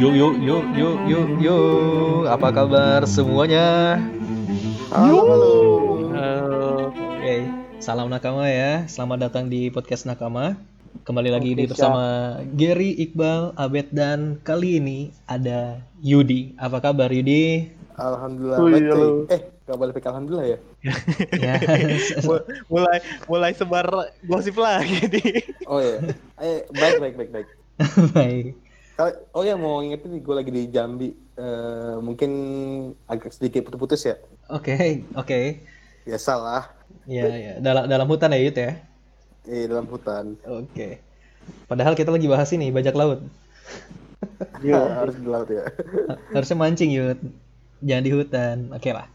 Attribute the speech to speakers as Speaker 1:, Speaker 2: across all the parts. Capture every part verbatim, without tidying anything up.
Speaker 1: Yuk, yuk, yuk, yuk, yuk, yuk. Apa kabar semuanya?
Speaker 2: Halo, halo.
Speaker 1: Halo. Oke, salam nakama ya. Selamat datang di podcast nakama. Kembali lagi di
Speaker 2: Oke, siap.
Speaker 1: bersama Gary, Iqbal, Abed, dan kali ini ada Yudi. Apa kabar Yudi?
Speaker 2: Alhamdulillah
Speaker 3: Wih,
Speaker 2: baik, coy.
Speaker 3: halo.
Speaker 2: Eh, gak boleh pakai alhamdulillah ya?
Speaker 1: Ya,
Speaker 3: Mul- mulai mulai sebar gosip lagi nih.
Speaker 2: Oh ya. Eh, baik, baik, baik, baik.
Speaker 1: baik.
Speaker 2: Kali- Oh ya, mau ingetin nih, gue lagi di Jambi. Eh, mungkin agak sedikit putus-putus ya.
Speaker 1: Oke, oke.
Speaker 2: Biasalah,
Speaker 1: Ya, ya. Dalam dalam hutan ya Yud ya.
Speaker 2: di dalam hutan.
Speaker 1: Oke. Padahal kita lagi bahas ini bajak laut.
Speaker 2: Harus di laut ya.
Speaker 1: Harusnya mancing Yud. Jangan di hutan. Oke lah.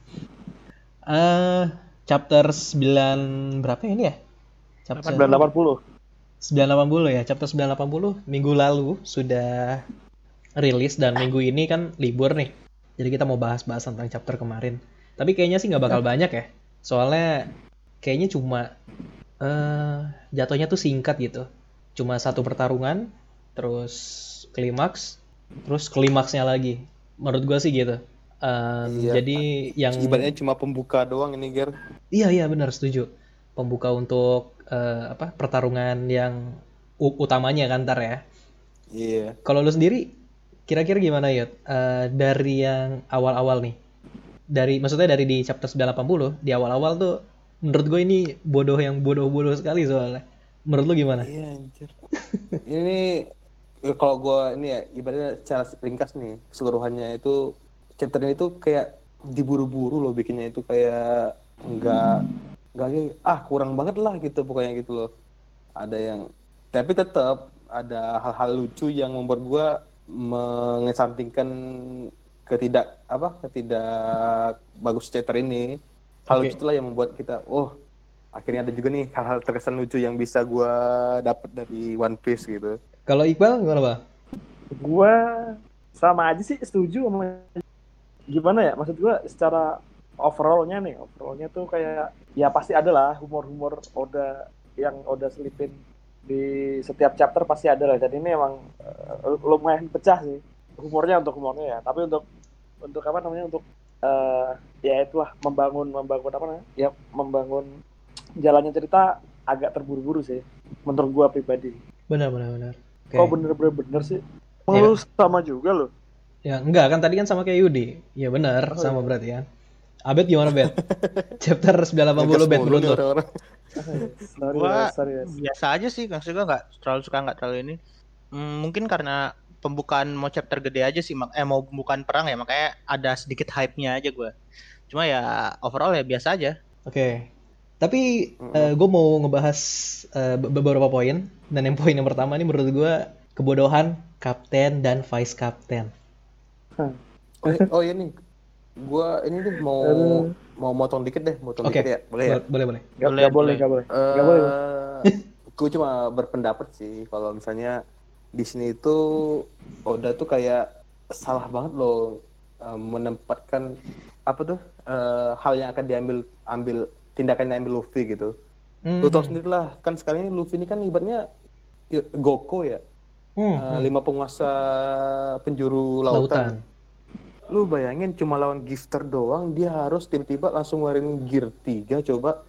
Speaker 1: Eh, chapter sembilan berapa ya ini ya? Chapter
Speaker 3: sembilan delapan puluh.
Speaker 1: sembilan delapan puluh ya. Chapter sembilan delapan puluh minggu lalu sudah rilis dan minggu ini kan libur nih. Jadi kita mau bahas-bahas tentang chapter kemarin. Tapi kayaknya sih nggak bakal banyak ya. Soalnya kayaknya cuma eh jatuhnya tuh singkat gitu. Cuma satu pertarungan, terus klimaks, terus klimaksnya lagi. Menurut gua sih gitu. Em,
Speaker 2: Iya.
Speaker 1: Jadi yang
Speaker 2: Ibaratnya cuma pembuka doang ini, Ger.
Speaker 1: iya iya benar setuju. Pembuka untuk eh, apa pertarungan yang u- utamanya kan ntar ya.
Speaker 2: Iya.
Speaker 1: Kalau lu sendiri kira-kira gimana Yud? Eh, dari yang awal-awal nih. Dari maksudnya dari di chapter sembilan delapan puluh di awal-awal tuh menurut gue ini bodoh yang bodoh-bodoh sekali soalnya. Menurut lu gimana?
Speaker 2: Iya, anjir. Ini eh, kalau gua ini ya ibaratnya secara ringkas nih keseluruhannya itu chapter ini tuh kayak diburu-buru loh bikinnya itu kayak nggak nggak kayak, ah kurang banget lah gitu pokoknya gitu loh. Ada yang tapi tetap ada hal-hal lucu yang membuat gua mengesampingkan ketidak apa ketidak bagus chapter ini. Hal
Speaker 1: Oke.
Speaker 2: lucu itulah yang membuat kita oh akhirnya ada juga nih hal-hal terkesan lucu yang bisa gua dapat dari One Piece gitu.
Speaker 1: Kalau Iqbal gimana, Bang?
Speaker 3: Gua sama aja sih setuju sama gimana ya? Maksud gua secara overallnya nih, overallnya tuh kayak ya pasti ada lah humor-humor Oda yang Oda selipin di setiap chapter pasti ada lah. Jadi ini emang eh, lumayan pecah sih humornya untuk humornya ya. Tapi untuk untuk apa namanya untuk eh ya itulah membangun membangun apa namanya? Ya membangun jalannya cerita agak terburu-buru sih menurut gua pribadi.
Speaker 1: Benar benar benar. Oke.
Speaker 3: Kok bener-bener bener sih?
Speaker 1: Ya.
Speaker 3: Lu sama juga loh.
Speaker 1: Ya enggak kan tadi kan sama kayak Yudi. Ya benar,
Speaker 3: Oh,
Speaker 1: sama
Speaker 3: iya.
Speaker 1: berarti kan. Abed gimana, Bet? Chapter sembilan delapan puluh Bet
Speaker 2: Ngegas mulu nih
Speaker 1: beruntut.
Speaker 2: orang-orang.
Speaker 3: Sorry,
Speaker 4: Gua
Speaker 3: guys, sorry, guys.
Speaker 4: biasa aja sih, maksud gua nggak terlalu suka nggak terlalu ini. Hmm, mungkin karena pembukaan mau chapter gede aja sih, mak- eh mau pembukaan perang ya, makanya ada sedikit hype-nya aja gua. Cuma ya overall ya biasa aja.
Speaker 1: Oke. Tapi gue mau ngebahas eh, be- beberapa poin dan yang poin yang pertama ini menurut gue kebodohan kapten dan vice kapten.
Speaker 2: Oh, oh iya nih, gua ini nih mau
Speaker 3: Aduh.
Speaker 2: mau motong dikit deh, motong
Speaker 1: Oke.
Speaker 2: dikit ya, boleh ya?
Speaker 1: Boleh boleh.
Speaker 3: Gak,
Speaker 4: Boleh,
Speaker 3: gak boleh,
Speaker 4: boleh.
Speaker 3: gak boleh. Gak boleh.
Speaker 2: Eh, gue cuma berpendapat sih kalau misalnya di sini itu Oda tuh kayak salah banget loh eh, menempatkan apa tuh eh, hal yang akan diambil ambil tindakan yang ambil Luffy gitu.
Speaker 1: Hmm.
Speaker 2: Lu tau sendiri lah, kan sekarang ini Luffy ini kan ibaratnya ya, Goko ya,
Speaker 1: Hmm,
Speaker 2: eh,
Speaker 1: hmm.
Speaker 2: lima penguasa penjuru lautan.
Speaker 1: Lautan.
Speaker 2: Lu bayangin cuma lawan gifter doang dia harus tiba-tiba langsung ngeluarin gear tiga coba.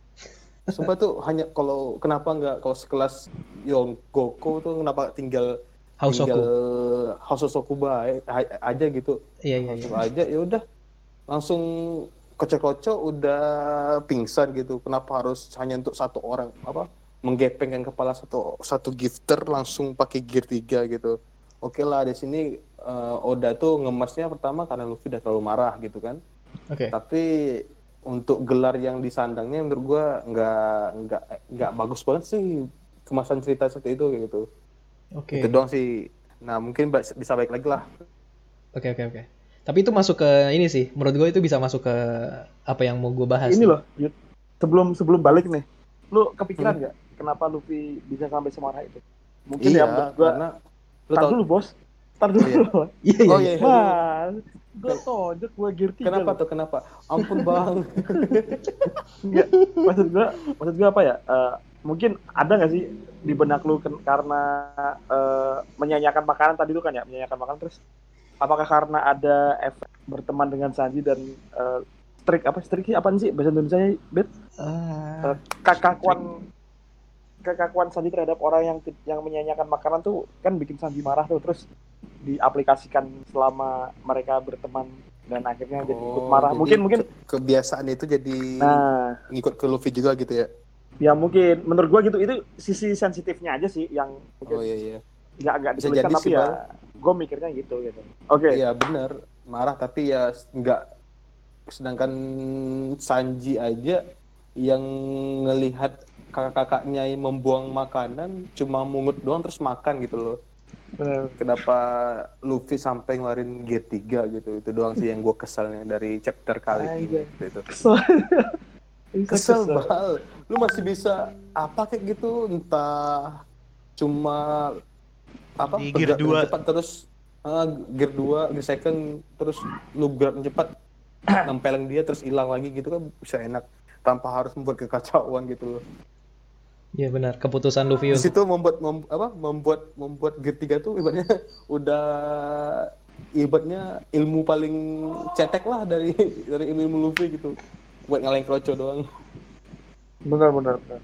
Speaker 2: Sumpah tuh hanya kalau kenapa nggak kalau sekelas Yongoku tuh kenapa tinggal
Speaker 1: Hausoku.
Speaker 2: tinggal Hausoku baik a- aja gitu.
Speaker 1: Iya iya iya.
Speaker 2: Langsung aja ya udah langsung kocok-kocok udah pingsan gitu. Kenapa harus hanya untuk satu orang apa menggepengkan kepala satu satu gifter langsung pakai gear tiga gitu. Oke lah di sini eh, Oda tuh ngemasnya pertama karena Luffy udah terlalu marah gitu kan.
Speaker 1: Oke.
Speaker 2: Tapi untuk gelar yang disandangnya menurut gua nggak nggak nggak bagus banget sih kemasan cerita seperti itu kayak gitu.
Speaker 1: Oke.
Speaker 2: Itu doang sih. Nah mungkin ba- bisa baik lagi lah.
Speaker 1: Oke oke oke. Tapi itu masuk ke ini sih. Menurut gue itu bisa masuk ke apa yang mau gue bahas.
Speaker 3: Ini loh, Yud. Sebelum sebelum balik nih, lu kepikiran nggak kenapa Luffy bisa sampai semarah itu? Mungkin ya menurut gua.
Speaker 2: karena lu
Speaker 3: Tar
Speaker 2: tau
Speaker 3: dulu bos, tar dulu.
Speaker 2: Iya.
Speaker 1: Iya iya.
Speaker 2: Oh iya, iya.
Speaker 3: Mas, gua tonjok gua gear tiga.
Speaker 2: Kenapa
Speaker 3: loh.
Speaker 2: tuh kenapa? Ampun bang.
Speaker 3: Enggak, maksud gua, maksud gua apa ya? Eh, mungkin ada nggak sih di benak lu ken- karena eh, menyanyiakan makanan tadi itu kan ya, menyanyiakan makanan terus apakah karena ada efek berteman dengan Sanji dan uh, strik apa strik apa sih bahasa Indonesia bet
Speaker 1: Ah,
Speaker 3: uh, kekakuan kekakuan Sanji terhadap orang yang yang menyanyiakan makanan tuh kan bikin Sanji marah tuh, terus diaplikasikan selama mereka berteman dan akhirnya jadi ikut
Speaker 2: Oh,
Speaker 3: marah.
Speaker 2: jadi
Speaker 3: Mungkin mungkin
Speaker 2: ke- kebiasaan itu jadi
Speaker 3: nah
Speaker 2: ngikut ke Luffy juga gitu ya.
Speaker 3: ya mungkin menurut gua gitu, itu sisi sensitifnya aja sih yang
Speaker 2: Oh iya iya.
Speaker 3: nggak nggak
Speaker 2: Bisa
Speaker 3: dituliskan
Speaker 2: jadi
Speaker 3: tapi
Speaker 2: sih,
Speaker 3: ya
Speaker 2: Bang.
Speaker 3: gue mikirnya gitu gitu. Oke.
Speaker 2: Iya benar, marah tapi ya nggak, sedangkan Sanji aja yang ngelihat kakak-kakaknya yang membuang makanan cuma mungut doang terus makan gitu loh.
Speaker 3: Bener.
Speaker 2: Kenapa Luffy sampai ngeluarin Gear tiga gitu? Itu doang sih yang gue kesalnya dari chapter kali ini.
Speaker 3: Anjay.
Speaker 2: Gitu.
Speaker 3: Kesel. Bisa
Speaker 2: Kesel bal, lu masih bisa apa kayak gitu, entah cuma apa
Speaker 4: Di gear
Speaker 2: bergerak
Speaker 4: dua.
Speaker 2: dengan cepat terus uh, gear dua, gear second terus lu gerak cepat nempelin dia terus hilang lagi gitu kan bisa enak tanpa harus membuat kekacauan gitu loh.
Speaker 1: iya benar. Keputusan Luffy
Speaker 2: Di
Speaker 1: untuk
Speaker 2: situ membuat mem, apa membuat membuat gear tiga tuh ibaratnya udah ibaratnya ilmu paling cetek lah dari dari ilmu, ilmu Luffy gitu buat ngalahin Kroco doang.
Speaker 3: Benar benar. benar.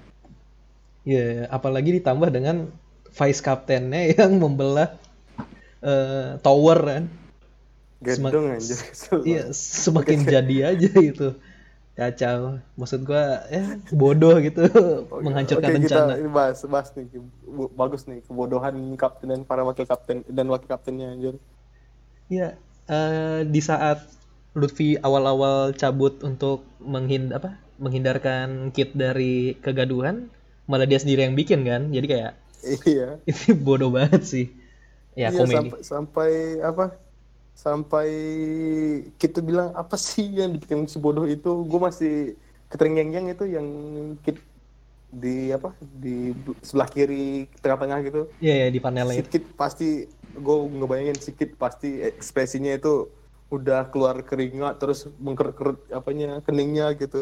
Speaker 1: ya apalagi ditambah dengan vice captain-nya yang membelah eh, tower kan.
Speaker 2: Gedung anjir. kesel
Speaker 1: Iya,
Speaker 2: banget.
Speaker 1: semakin jadi aja itu. Kacau. Maksud gua ya bodoh gitu menghancurkan
Speaker 2: Oke,
Speaker 1: rencana.
Speaker 2: kita ini bahas bahas nih Bu- bagus nih kebodohan kapten dan para wakil kapten dan wakil kaptennya anjir.
Speaker 1: Iya, eh, di saat Luffy awal-awal cabut untuk menghind apa? Menghindarkan Kid dari kegaduhan, malah dia sendiri yang bikin kan. Jadi kayak
Speaker 2: Iya.
Speaker 1: itu bodoh banget sih. Ya
Speaker 2: Iya,
Speaker 1: komedi.
Speaker 2: sampai sampai apa? Sampai kita bilang apa sih yang bikin si bodoh itu? Gue masih keterngiang-ngiang itu yang Kid di apa? Di sebelah kiri tengah-tengah gitu.
Speaker 1: Iya ya di panelnya
Speaker 2: Si
Speaker 1: itu.
Speaker 2: Kid pasti gue ngebayangin si Kid pasti ekspresinya itu udah keluar keringat terus mengkerut-kerut apanya keningnya gitu.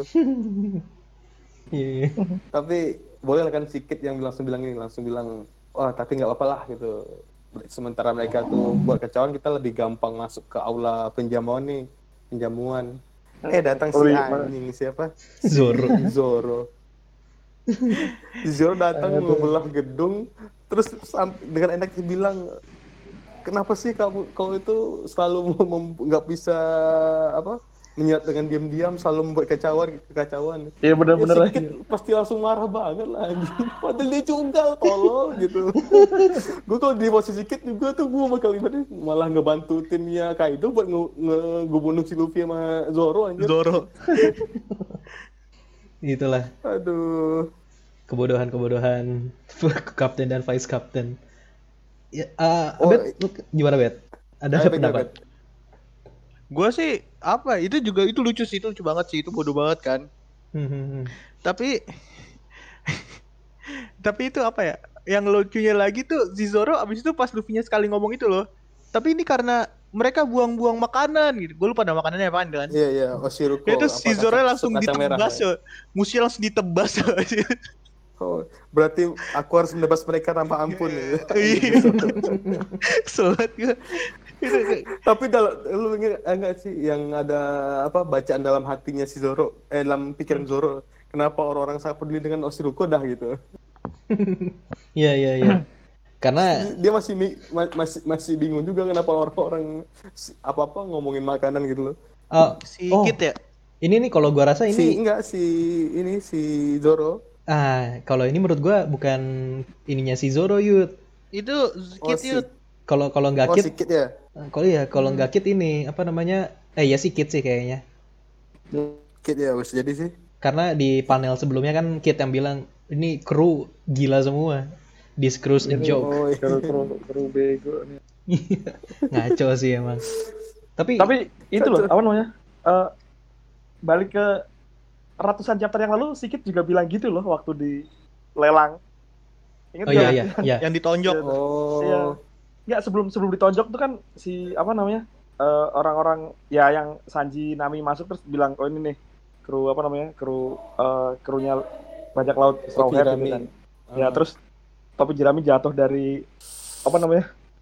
Speaker 1: Iya.
Speaker 2: Tapi boleh lah kan si Kid yang langsung bilang ini, langsung bilang wah tapi nggak apa-apa lah gitu. Sementara mereka tuh buat kacauan, kita lebih gampang masuk ke aula penjamuan nih, penjamuan. Eh datang si
Speaker 3: Lebih-
Speaker 2: anjing siapa?
Speaker 1: Zoro.
Speaker 2: Zoro. Zoro datang membelah gedung, terus sam- dengan enak bilang kenapa sih kamu kau itu selalu mem- nggak bisa apa menyerap dengan diam-diam, selalu membuat kekacauan kekacauan.
Speaker 3: Iya benar-benar
Speaker 2: Ya,
Speaker 3: lagi.
Speaker 2: si Kid pasti langsung marah banget lah anjing. Padahal dia cunggal tolol gitu. Gue kalau di posisi Kid juga tuh gue bakal ibaratnya malah ngebantu timnya Kaido buat nge- nge- ngebunuh si Luffy sama Zoro anjir.
Speaker 4: Zoro.
Speaker 1: Itulah
Speaker 2: Aduh.
Speaker 1: kebodohan-kebodohan kapten dan vice captain. Ya, ah,
Speaker 2: Oh,
Speaker 1: Bet, lu gimana Bet? Ada
Speaker 2: Ayo, Bet,
Speaker 1: pendapat?
Speaker 2: Bet.
Speaker 4: Gue sih apa? Itu juga itu lucu sih, itu lucu banget sih, itu bodoh banget kan.
Speaker 1: Hmm, hmm, hmm.
Speaker 4: Tapi tapi itu apa ya? Yang lucunya lagi tuh si Zoro abis itu pas Luffy-nya sekali ngomong itu loh. Tapi ini karena mereka buang-buang makanan gitu. Gue lupa nama makanannya apaan kan.
Speaker 2: Iya iya, Oshiruko.
Speaker 4: Itu
Speaker 2: apa,
Speaker 4: si Zoro
Speaker 2: kacang-
Speaker 4: langsung
Speaker 2: sup kacang merah,
Speaker 4: ditebas
Speaker 2: ya.
Speaker 4: ya. Musuhnya langsung ditebas.
Speaker 2: Oh, berarti aku harus menebas mereka tanpa ampun ya.
Speaker 4: Iya. Soalnya gue.
Speaker 2: Tapi kalau lu ingat enggak sih yang ada apa bacaan dalam hatinya si Zoro, eh dalam pikiran Zoro, kenapa orang-orang sangat peduli dengan Oshiruko dah gitu.
Speaker 1: Iya iya iya. Karena
Speaker 2: Dia masih mi- ma- masih masih bingung juga kenapa orang-orang si- apa-apa ngomongin makanan gitu loh.
Speaker 1: oh,
Speaker 4: Si
Speaker 1: oh,
Speaker 4: Kid ya.
Speaker 1: ini nih kalau gua rasa
Speaker 2: Si
Speaker 1: ini
Speaker 2: enggak si ini si Zoro.
Speaker 1: ah kalau ini menurut gua bukan ininya si Zoro Yud.
Speaker 4: Itu
Speaker 2: Oh,
Speaker 4: Kid
Speaker 2: si,
Speaker 4: yut.
Speaker 1: Kalau kalau nggak
Speaker 2: oh,
Speaker 1: Kid,
Speaker 2: si Kid ya.
Speaker 1: kalau ya kalau nggak Kid ini apa namanya? Eh ya si Kid sih kayaknya.
Speaker 2: Kid ya, bisa jadi sih.
Speaker 1: Karena di panel sebelumnya kan Kid yang bilang ini kru gila semua. This crew's a joke.
Speaker 2: Oh, iya.
Speaker 3: Kru kru kru bego nih.
Speaker 1: Ngaco sih emang. Tapi,
Speaker 3: Tapi itu loh, apa namanya? Eh, balik ke ratusan chapter yang lalu, Sikit juga bilang gitu loh waktu di lelang. Ingat
Speaker 1: oh
Speaker 3: nggak?
Speaker 1: iya iya iya.
Speaker 4: Yang ditonjok.
Speaker 3: Iya.
Speaker 2: Oh.
Speaker 3: Nggak, sebelum sebelum ditonjok tuh kan si apa namanya? eh, orang-orang ya yang Sanji Nami masuk terus bilang oh ini nih kru apa namanya? Kru eh, krunya bajak laut Straw
Speaker 2: Topi
Speaker 3: Hat
Speaker 2: Jerami.
Speaker 3: gitu kan. Ya terus topi jerami jatuh dari apa namanya?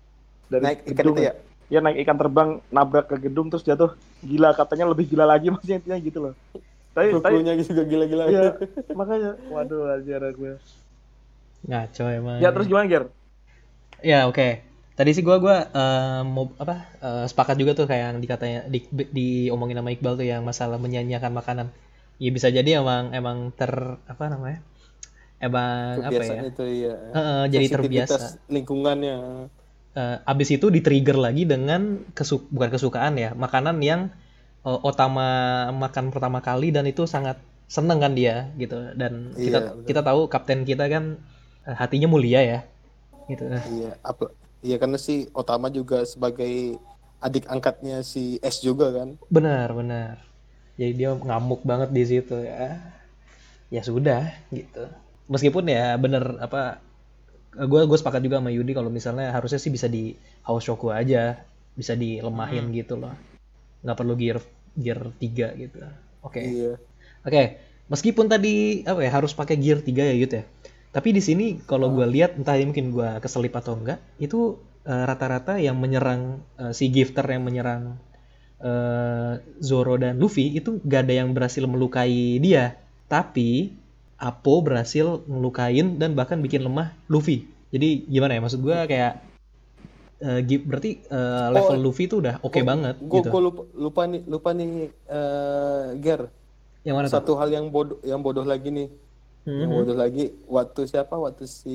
Speaker 3: dari
Speaker 2: Naik ikan
Speaker 3: gedung.
Speaker 2: itu ya?
Speaker 3: Ya naik ikan terbang nabrak ke gedung terus jatuh. Gila, katanya lebih gila lagi maksudnya intinya gitu loh. Tapi tapi
Speaker 2: Kru-krunya juga gila-gila.
Speaker 3: iya, makanya waduh ajar gue.
Speaker 1: Ngaco emang.
Speaker 3: Ya terus gimana, Ger?
Speaker 1: Ya oke. Tadi sih gua gua eh, mau apa eh, sepakat juga tuh kayak yang dikatanya di, diomongin sama Iqbal tuh yang masalah menyanyiakan makanan. Ya bisa jadi emang emang ter apa namanya? Emang apa ya?
Speaker 2: Kebiasaan itu ya.
Speaker 1: Heeh, jadi
Speaker 2: Sensitivitas
Speaker 1: terbiasa.
Speaker 2: lingkungannya.
Speaker 1: Eh, abis itu di-trigger lagi dengan kesu bukan kesukaan ya, makanan yang eh, Otama makan pertama kali dan itu sangat seneng kan dia gitu. Dan kita
Speaker 2: Iya, betul.
Speaker 1: kita tahu kapten kita kan eh, hatinya mulia ya. Gitu.
Speaker 2: Iya, apa? Iya karena si Otama juga sebagai adik angkatnya si S juga kan.
Speaker 1: Benar, benar. Jadi dia ngamuk banget di situ ya. Ya sudah gitu. Meskipun ya bener apa gue gue sepakat juga sama Yudi kalau misalnya harusnya sih bisa di Haoshoku aja, bisa dilemahin gitu loh. Nggak perlu gear gear tiga gitu. Oke.
Speaker 2: Iya.
Speaker 1: Oke, meskipun tadi apa ya harus pakai gear tiga ya Yud ya. Tapi di sini kalau gue lihat entah ini mungkin gue keselip atau enggak, itu eh, rata-rata yang menyerang eh, si Gifter yang menyerang eh, Zoro dan Luffy itu gak ada yang berhasil melukai dia. Tapi Apo berhasil ngelukain dan bahkan bikin lemah Luffy. Jadi gimana ya maksud gue kayak eh, gi- berarti eh, level
Speaker 2: Oh,
Speaker 1: Luffy itu udah oke banget
Speaker 2: Gue
Speaker 1: gitu.
Speaker 2: lupa, lupa nih, lupa nih eh Ger.
Speaker 1: Yang mana tuh?
Speaker 2: Satu hal yang bodoh, yang bodoh lagi nih. Yang
Speaker 1: Mhm.
Speaker 2: bodoh lagi waktu siapa? Waktu si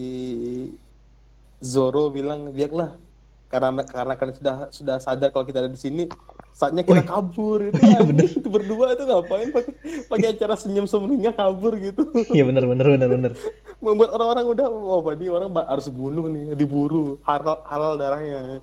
Speaker 2: Zoro bilang biarlah karena karena kan sudah sudah sadar kalau kita ada di sini, saatnya kita
Speaker 1: Wih.
Speaker 2: kabur itu.
Speaker 1: Iya,
Speaker 2: anjing,
Speaker 1: bener.
Speaker 2: itu berdua itu ngapain pakai pakai acara senyum semeringah kabur gitu.
Speaker 1: Iya benar benar benar benar.
Speaker 2: Membuat orang-orang udah oh ini orang ba- harus bunuh nih, diburu, halal halal darahnya.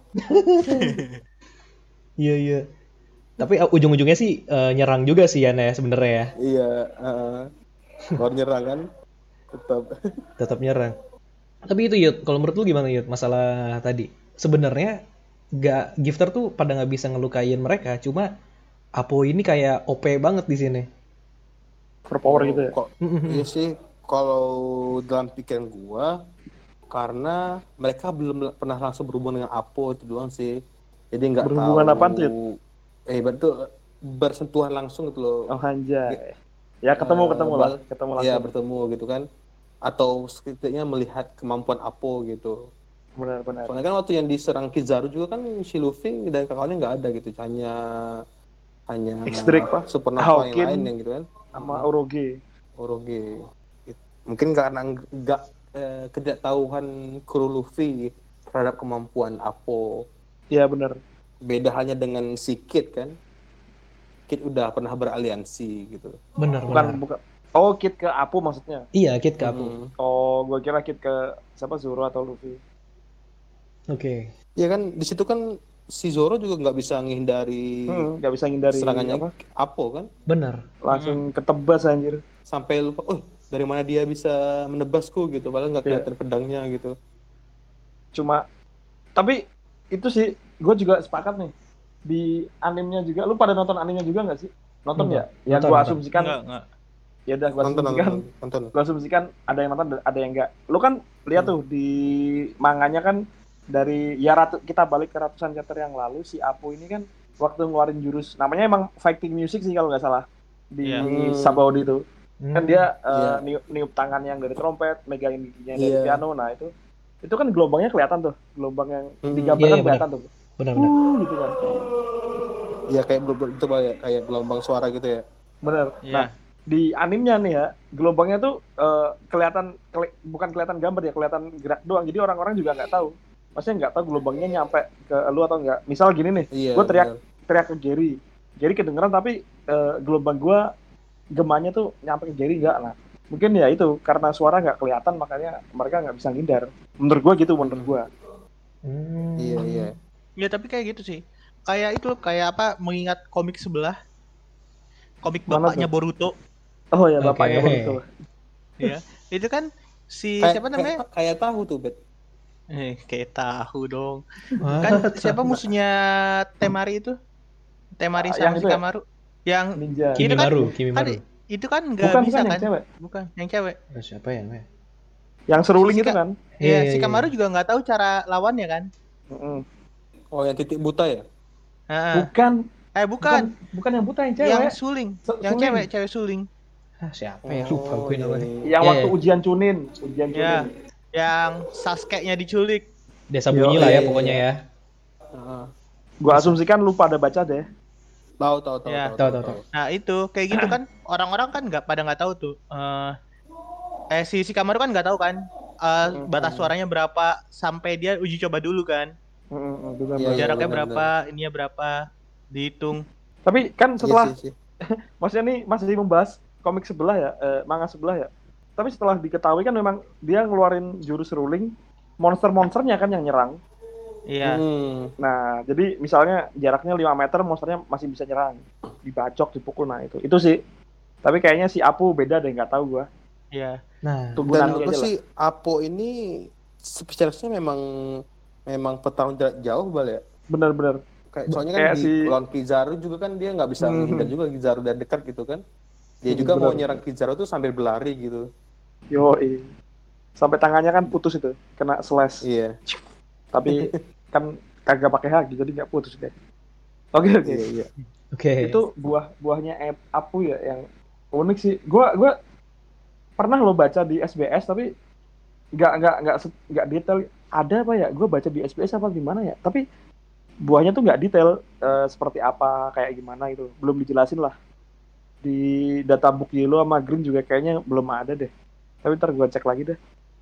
Speaker 1: Iya iya. Tapi uh, ujung-ujungnya sih uh, nyerang juga sih Yan ya sebenarnya ya.
Speaker 2: Iya, heeh. Kalau nyerang kan tetap.
Speaker 1: Tetap nyerang. Tapi itu Yud, kalau menurut lu gimana Yud masalah tadi? Sebenarnya nggak Gifter tuh pada nggak bisa ngelukain mereka, cuma Apo ini kayak O P banget di sini.
Speaker 3: Overpower gitu ya.
Speaker 2: Kok iya sih kalau dalam pikiran gua karena mereka belum pernah langsung berhubungan dengan Apo itu doang sih. Jadi nggak tahu.
Speaker 3: Berhubungan apaan tuh, Yud?
Speaker 2: Eh betul bersentuhan langsung gitu loh.
Speaker 3: Oh anjay. Ya ketemu
Speaker 2: Eh,
Speaker 3: ketemu lah,
Speaker 2: bal-
Speaker 3: ketemu
Speaker 2: Iya
Speaker 3: langsung.
Speaker 2: bertemu gitu kan. Atau setidaknya melihat kemampuan Apo gitu.
Speaker 3: Benar-benar.
Speaker 2: Soalnya kan waktu yang diserang Kizaru juga kan si Luffy dan kakaknya nggak ada gitu, hanya hanya
Speaker 3: X-Drake,
Speaker 2: apa supernova yang
Speaker 3: Hawkin.
Speaker 2: lain yang gitu kan.
Speaker 3: Sama Oroge.
Speaker 2: Oroge. It- Mungkin karena nggak eh, ketidaktahuan kru Luffy terhadap kemampuan Apo.
Speaker 3: Iya benar.
Speaker 2: Beda hanya dengan si Kid kan. Kid udah pernah beraliansi gitu.
Speaker 1: Benar
Speaker 3: Bukan
Speaker 1: benar.
Speaker 3: bukan. Oh, Kid ke Apu maksudnya.
Speaker 1: Iya, Kid ke Apo.
Speaker 2: Hmm.
Speaker 3: Oh, gua kira Kid ke siapa Zoro atau Luffy.
Speaker 1: Oke.
Speaker 2: Ya kan di situ kan si Zoro juga nggak bisa menghindari
Speaker 3: Hmm, nggak bisa ngindari
Speaker 2: serangannya
Speaker 3: apa?
Speaker 2: Apo kan.
Speaker 1: Benar.
Speaker 3: Langsung ketebas anjir.
Speaker 2: Sampai lupa, oh dari mana dia bisa menebasku gitu, padahal nggak
Speaker 3: Iya.
Speaker 2: kelihatan pedangnya gitu.
Speaker 3: Cuma tapi itu sih gue juga sepakat nih di animenya juga. Lu pada nonton animenya juga nggak sih? Nonton
Speaker 1: Nonton.
Speaker 3: ya? Ya
Speaker 1: Nonton,
Speaker 3: gua
Speaker 1: nonton.
Speaker 3: asumsikan.
Speaker 4: Enggak, enggak.
Speaker 3: Ya udah gua
Speaker 2: Nonton,
Speaker 3: asumsikan.
Speaker 2: nonton, nonton.
Speaker 3: Gua asumsikan ada yang nonton ada yang enggak. Lu kan lihat tuh di manganya kan dari ya ratu, kita balik ke ratusan chapter yang lalu si Apo ini kan waktu ngeluarin jurus namanya emang fighting music sih kalau nggak salah di
Speaker 4: Iya.
Speaker 3: Sabaody itu
Speaker 1: Hmm.
Speaker 3: kan dia uh,
Speaker 2: Iya.
Speaker 3: niup, niup tangan yang dari trompet, megangin giginya dari
Speaker 2: Iya.
Speaker 3: piano. Nah itu itu kan gelombangnya kelihatan tuh, gelombang yang
Speaker 2: Hmm.
Speaker 3: digambarkan
Speaker 1: Iya, iya,
Speaker 3: kelihatan tuh,
Speaker 1: benar benar.
Speaker 3: uh, gitu kan.
Speaker 2: Iya kayak bel- itu kayak kayak gelombang suara gitu ya.
Speaker 3: Bener.
Speaker 4: Iya.
Speaker 3: Nah di animenya nih ya gelombangnya tuh uh, kelihatan keli- bukan kelihatan gambar ya, kelihatan gerak doang. Jadi orang-orang juga nggak tahu. Maksudnya nggak tahu gelombangnya nyampe ke lu atau enggak. Misal gini nih,
Speaker 2: Iya.
Speaker 3: gue teriak
Speaker 2: benar.
Speaker 3: teriak ke Gary, Gary kedengeran tapi uh, gelombang gue gemanya tuh nyampe ke Gary nggak. Nah mungkin ya itu karena suara nggak kelihatan makanya mereka nggak bisa ngindar. Menurut gue gitu, menurut gue.
Speaker 1: Hmm.
Speaker 2: Iya iya.
Speaker 4: Ya tapi kayak gitu sih. Kayak itu kayak apa mengingat komik sebelah. Komik
Speaker 3: Mana
Speaker 4: bapaknya
Speaker 3: tuh?
Speaker 4: Boruto.
Speaker 3: Oh ya
Speaker 1: Oke.
Speaker 3: bapaknya begitu.
Speaker 4: Ya. Itu kan si
Speaker 2: Kayak,
Speaker 4: siapa namanya?
Speaker 2: Kayak, kayak tahu tuh, Bet.
Speaker 4: Eh, kayak tahu dong.
Speaker 1: Wah,
Speaker 4: Kan siapa musuhnya Temari itu? Temari
Speaker 3: Ah,
Speaker 4: sama
Speaker 3: yang
Speaker 4: si
Speaker 3: itu ya?
Speaker 4: Kamaru. Yang
Speaker 3: Ninja.
Speaker 4: Ini kan-
Speaker 1: Kimimaru,
Speaker 4: kan
Speaker 1: Kimimaru.
Speaker 4: itu kan nggak
Speaker 3: Bukan
Speaker 4: bisa
Speaker 3: bukan
Speaker 4: kan?
Speaker 3: yang cewek,
Speaker 4: Bukan, yang cewek.
Speaker 1: Eh, siapa ya namanya?
Speaker 3: yang seruling
Speaker 4: Si
Speaker 3: itu
Speaker 4: Ka-
Speaker 3: kan.
Speaker 1: Iya,
Speaker 4: Iya,
Speaker 1: iya,
Speaker 4: si
Speaker 1: iya.
Speaker 4: Kamaru juga nggak tahu cara lawannya kan?
Speaker 3: Mm-mm.
Speaker 2: Oh, yang titik buta ya?
Speaker 4: Heeh.
Speaker 3: Bukan,
Speaker 4: Eh bukan,
Speaker 3: bukan, bukan yang buta, yang
Speaker 4: yang
Speaker 3: cewek.
Speaker 4: suling,
Speaker 3: Su-
Speaker 4: yang
Speaker 3: suling.
Speaker 4: cewek, cewek suling.
Speaker 1: Ah, siapa ya? Lupa
Speaker 2: Oh,
Speaker 1: gue
Speaker 2: iya,
Speaker 1: namanya.
Speaker 2: iya.
Speaker 3: Yang
Speaker 1: Iya,
Speaker 3: waktu
Speaker 1: iya.
Speaker 3: ujian cunin, ujian
Speaker 4: Ya,
Speaker 3: cunin.
Speaker 4: yang Sasuke-nya diculik.
Speaker 1: Desa
Speaker 3: Yo,
Speaker 1: bunyi lah
Speaker 2: iya,
Speaker 1: ya
Speaker 2: iya,
Speaker 1: pokoknya
Speaker 2: iya.
Speaker 1: ya.
Speaker 2: Heeh.
Speaker 3: Gua asumsikan lu pada baca deh.
Speaker 2: Tahu tahu tahu
Speaker 4: Ya.
Speaker 2: tahu
Speaker 1: Tahu,
Speaker 2: tahu.
Speaker 1: tahu,
Speaker 2: tahu.
Speaker 4: Nah itu kayak gitu kan orang-orang kan nggak pada nggak tahu tuh. Eh, eh si si Kamaru kan nggak tahu kan eh,
Speaker 3: Mm-mm.
Speaker 4: batas suaranya berapa sampai dia uji coba dulu kan.
Speaker 3: Mm-mm, benar,
Speaker 2: Iya,
Speaker 3: benar.
Speaker 2: iya.
Speaker 4: Jaraknya
Speaker 2: benar,
Speaker 4: berapa, ininya berapa, dihitung.
Speaker 3: Tapi kan setelah,
Speaker 2: Iya sih, sih.
Speaker 3: maksudnya nih masih membahas komik sebelah ya, eh, manga sebelah ya. Tapi setelah diketahui kan memang dia ngeluarin jurus ruling, monster-monsternya kan yang nyerang.
Speaker 4: Iya.
Speaker 2: Hmm.
Speaker 3: Nah, jadi misalnya jaraknya lima meter, monsternya masih bisa nyerang. Dibacok, dipukul, nah itu. Itu sih. Tapi kayaknya si Apu beda deh, nggak tahu gua.
Speaker 4: Iya.
Speaker 1: Nah,
Speaker 3: Tunggu
Speaker 2: Dan
Speaker 3: nanti
Speaker 2: menurut
Speaker 3: aja
Speaker 2: gue
Speaker 3: lah.
Speaker 2: sih Apo ini spesialisnya memang memang petarung jarak jauh bal ya.
Speaker 3: Bener-bener.
Speaker 2: Kayak soalnya kan
Speaker 3: Kayak
Speaker 2: di
Speaker 3: si-
Speaker 2: lawan Kizaru juga kan dia nggak bisa
Speaker 3: Hmm.
Speaker 2: menghindar juga Kizaru dari dekat gitu kan. Dia
Speaker 3: Hmm,
Speaker 2: juga mau
Speaker 3: benar.
Speaker 2: nyerang Kizaru tuh sambil berlari gitu.
Speaker 3: Yoi. Sampai tangannya kan putus itu, kena slash.
Speaker 2: Iya.
Speaker 3: Tapi kan kagak pakai haki, jadi nggak putus deh. Oke, oke.
Speaker 2: Iya iya.
Speaker 1: oke.
Speaker 3: Itu buah buahnya Ap- Apu ya yang unik sih. Gua gua pernah lo baca di S B S tapi nggak nggak nggak se- nggak detail. Ada apa ya? Gua baca di S B S apa gimana ya? Tapi buahnya tuh nggak detail eh, seperti apa, kayak gimana itu. Belum dijelasin lah. Di databook Yellow sama Green juga kayaknya belum ada deh. Tapi ntar gua cek lagi deh.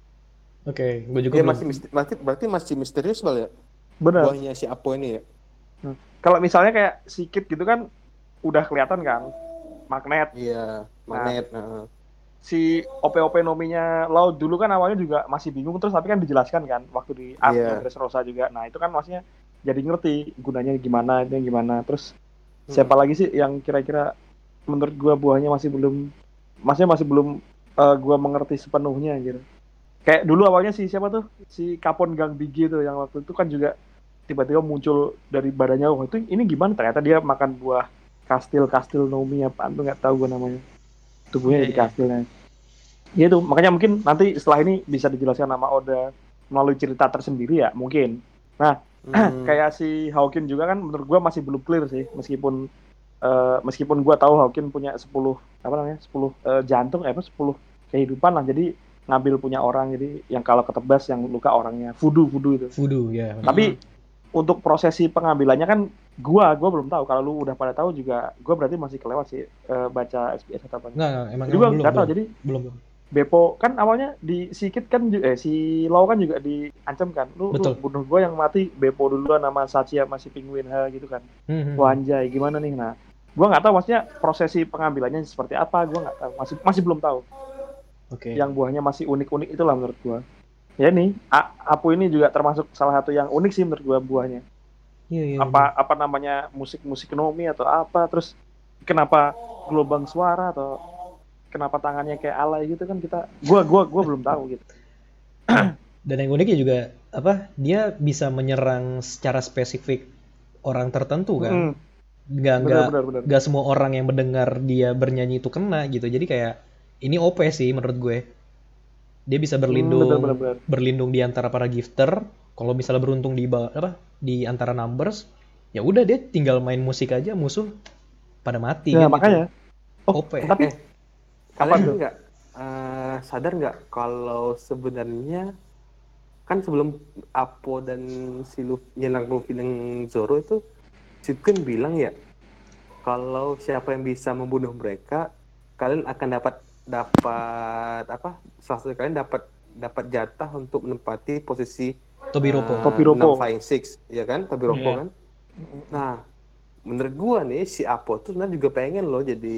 Speaker 1: Oke, gue juga
Speaker 2: Dia
Speaker 1: belum.
Speaker 2: masih mister- berarti berarti masih misterius bal ya.
Speaker 3: Bener.
Speaker 2: Buahnya si Apo ini ya.
Speaker 3: Kalau misalnya kayak sikit gitu kan udah kelihatan kan magnet.
Speaker 2: Iya, magnet. Nah.
Speaker 3: Si O P O P nominya Laut dulu kan awalnya juga masih bingung, terus tapi kan dijelaskan kan waktu di artnya
Speaker 2: Iya.
Speaker 3: Dressrosa juga. Nah itu kan maksudnya jadi ngerti gunanya gimana, itu gimana. Terus siapa lagi sih yang kira-kira menurut gua buahnya masih belum, maksudnya masih belum eh, gua mengerti sepenuhnya gitu. Kayak dulu awalnya si siapa tuh, si Kapon Gang Bigi tuh yang waktu itu kan juga tiba-tiba muncul dari badannya. Oh itu ini gimana? Ternyata dia makan buah kastil kastil Nomi apaan tuh nggak tahu gua namanya. Tubuhnya
Speaker 4: Iya,
Speaker 3: jadi
Speaker 4: iya.
Speaker 3: kastilnya. Ya itu makanya mungkin nanti setelah ini bisa dijelaskan sama Oda melalui cerita tersendiri ya mungkin. Nah
Speaker 2: Hmm.
Speaker 3: kayak si Hawkin juga kan menurut gua masih belum clear sih meskipun eh, meskipun gua tahu Hawkin punya sepuluh apa namanya sepuluh eh, jantung eh apa sepuluh kehidupan lah, jadi ngambil punya orang, jadi yang kalau ketebas yang luka orangnya voodoo voodoo itu.
Speaker 1: Voodoo ya.
Speaker 3: Tapi untuk prosesi pengambilannya kan gua gua belum tahu. Kalau lu udah pada tahu juga gua berarti masih kelewat sih eh, baca S B S atau apa.
Speaker 1: Enggak, enggak, emang,
Speaker 3: Jadi
Speaker 1: emang
Speaker 3: gua
Speaker 1: belum,
Speaker 3: nggak tahu.
Speaker 1: belum,
Speaker 3: Jadi
Speaker 1: belum, belum.
Speaker 3: Beppo kan awalnya di Sikit kan ju- eh si Lau kan juga diancam kan. Lu, lu
Speaker 1: Betul.
Speaker 3: bunuh gua yang mati Beppo duluan sama Sachi sama si Penguin ha gitu kan.
Speaker 1: Hmm, hmm.
Speaker 3: Wah anjay gimana nih. Nah, gua nggak tahu maksudnya prosesi pengambilannya seperti apa, gua nggak tahu. Masih masih belum tahu.
Speaker 1: Oke.
Speaker 3: Yang buahnya masih unik-unik itulah menurut gua. Ya nih, A- Apu ini juga termasuk salah satu yang unik sih menurut gua buahnya.
Speaker 1: Iya, iya.
Speaker 3: Apa apa namanya musik-musik nomi atau apa, terus kenapa gelombang suara atau kenapa tangannya kayak alay gitu kan kita gua gua gua belum tahu gitu.
Speaker 1: Dan yang uniknya juga apa? Dia bisa menyerang secara spesifik orang tertentu kan.
Speaker 3: Mm,
Speaker 1: Nggak
Speaker 3: benar,
Speaker 1: nggak
Speaker 3: benar, benar.
Speaker 1: nggak semua orang yang mendengar dia bernyanyi itu kena gitu. Jadi kayak ini O P sih menurut gue. Dia bisa berlindung
Speaker 3: benar, benar, benar.
Speaker 1: berlindung di antara para gifter. Kalau misalnya beruntung di ba- apa di antara numbers, ya udah dia tinggal main musik aja musuh pada mati
Speaker 3: Ya
Speaker 1: kan
Speaker 3: makanya.
Speaker 1: gitu.
Speaker 3: Oh,
Speaker 1: O P.
Speaker 3: tapi
Speaker 2: Eh, kalian
Speaker 3: tuh?
Speaker 2: nggak eh, sadar nggak kalau sebenarnya kan sebelum Apo dan si Luffy nyerang Luffy dan Zoro itu si Queen bilang ya kalau siapa yang bisa membunuh mereka kalian akan dapat dapat apa salah satu kalian dapat dapat jatah untuk menempati posisi
Speaker 1: Tobiropo.
Speaker 2: eh,
Speaker 3: Tobiropo.
Speaker 2: enam Flying Six ya kan Tobiropo
Speaker 1: Iya.
Speaker 2: kan. Nah menurut gua nih si Apo tuh sebenarnya juga pengen loh jadi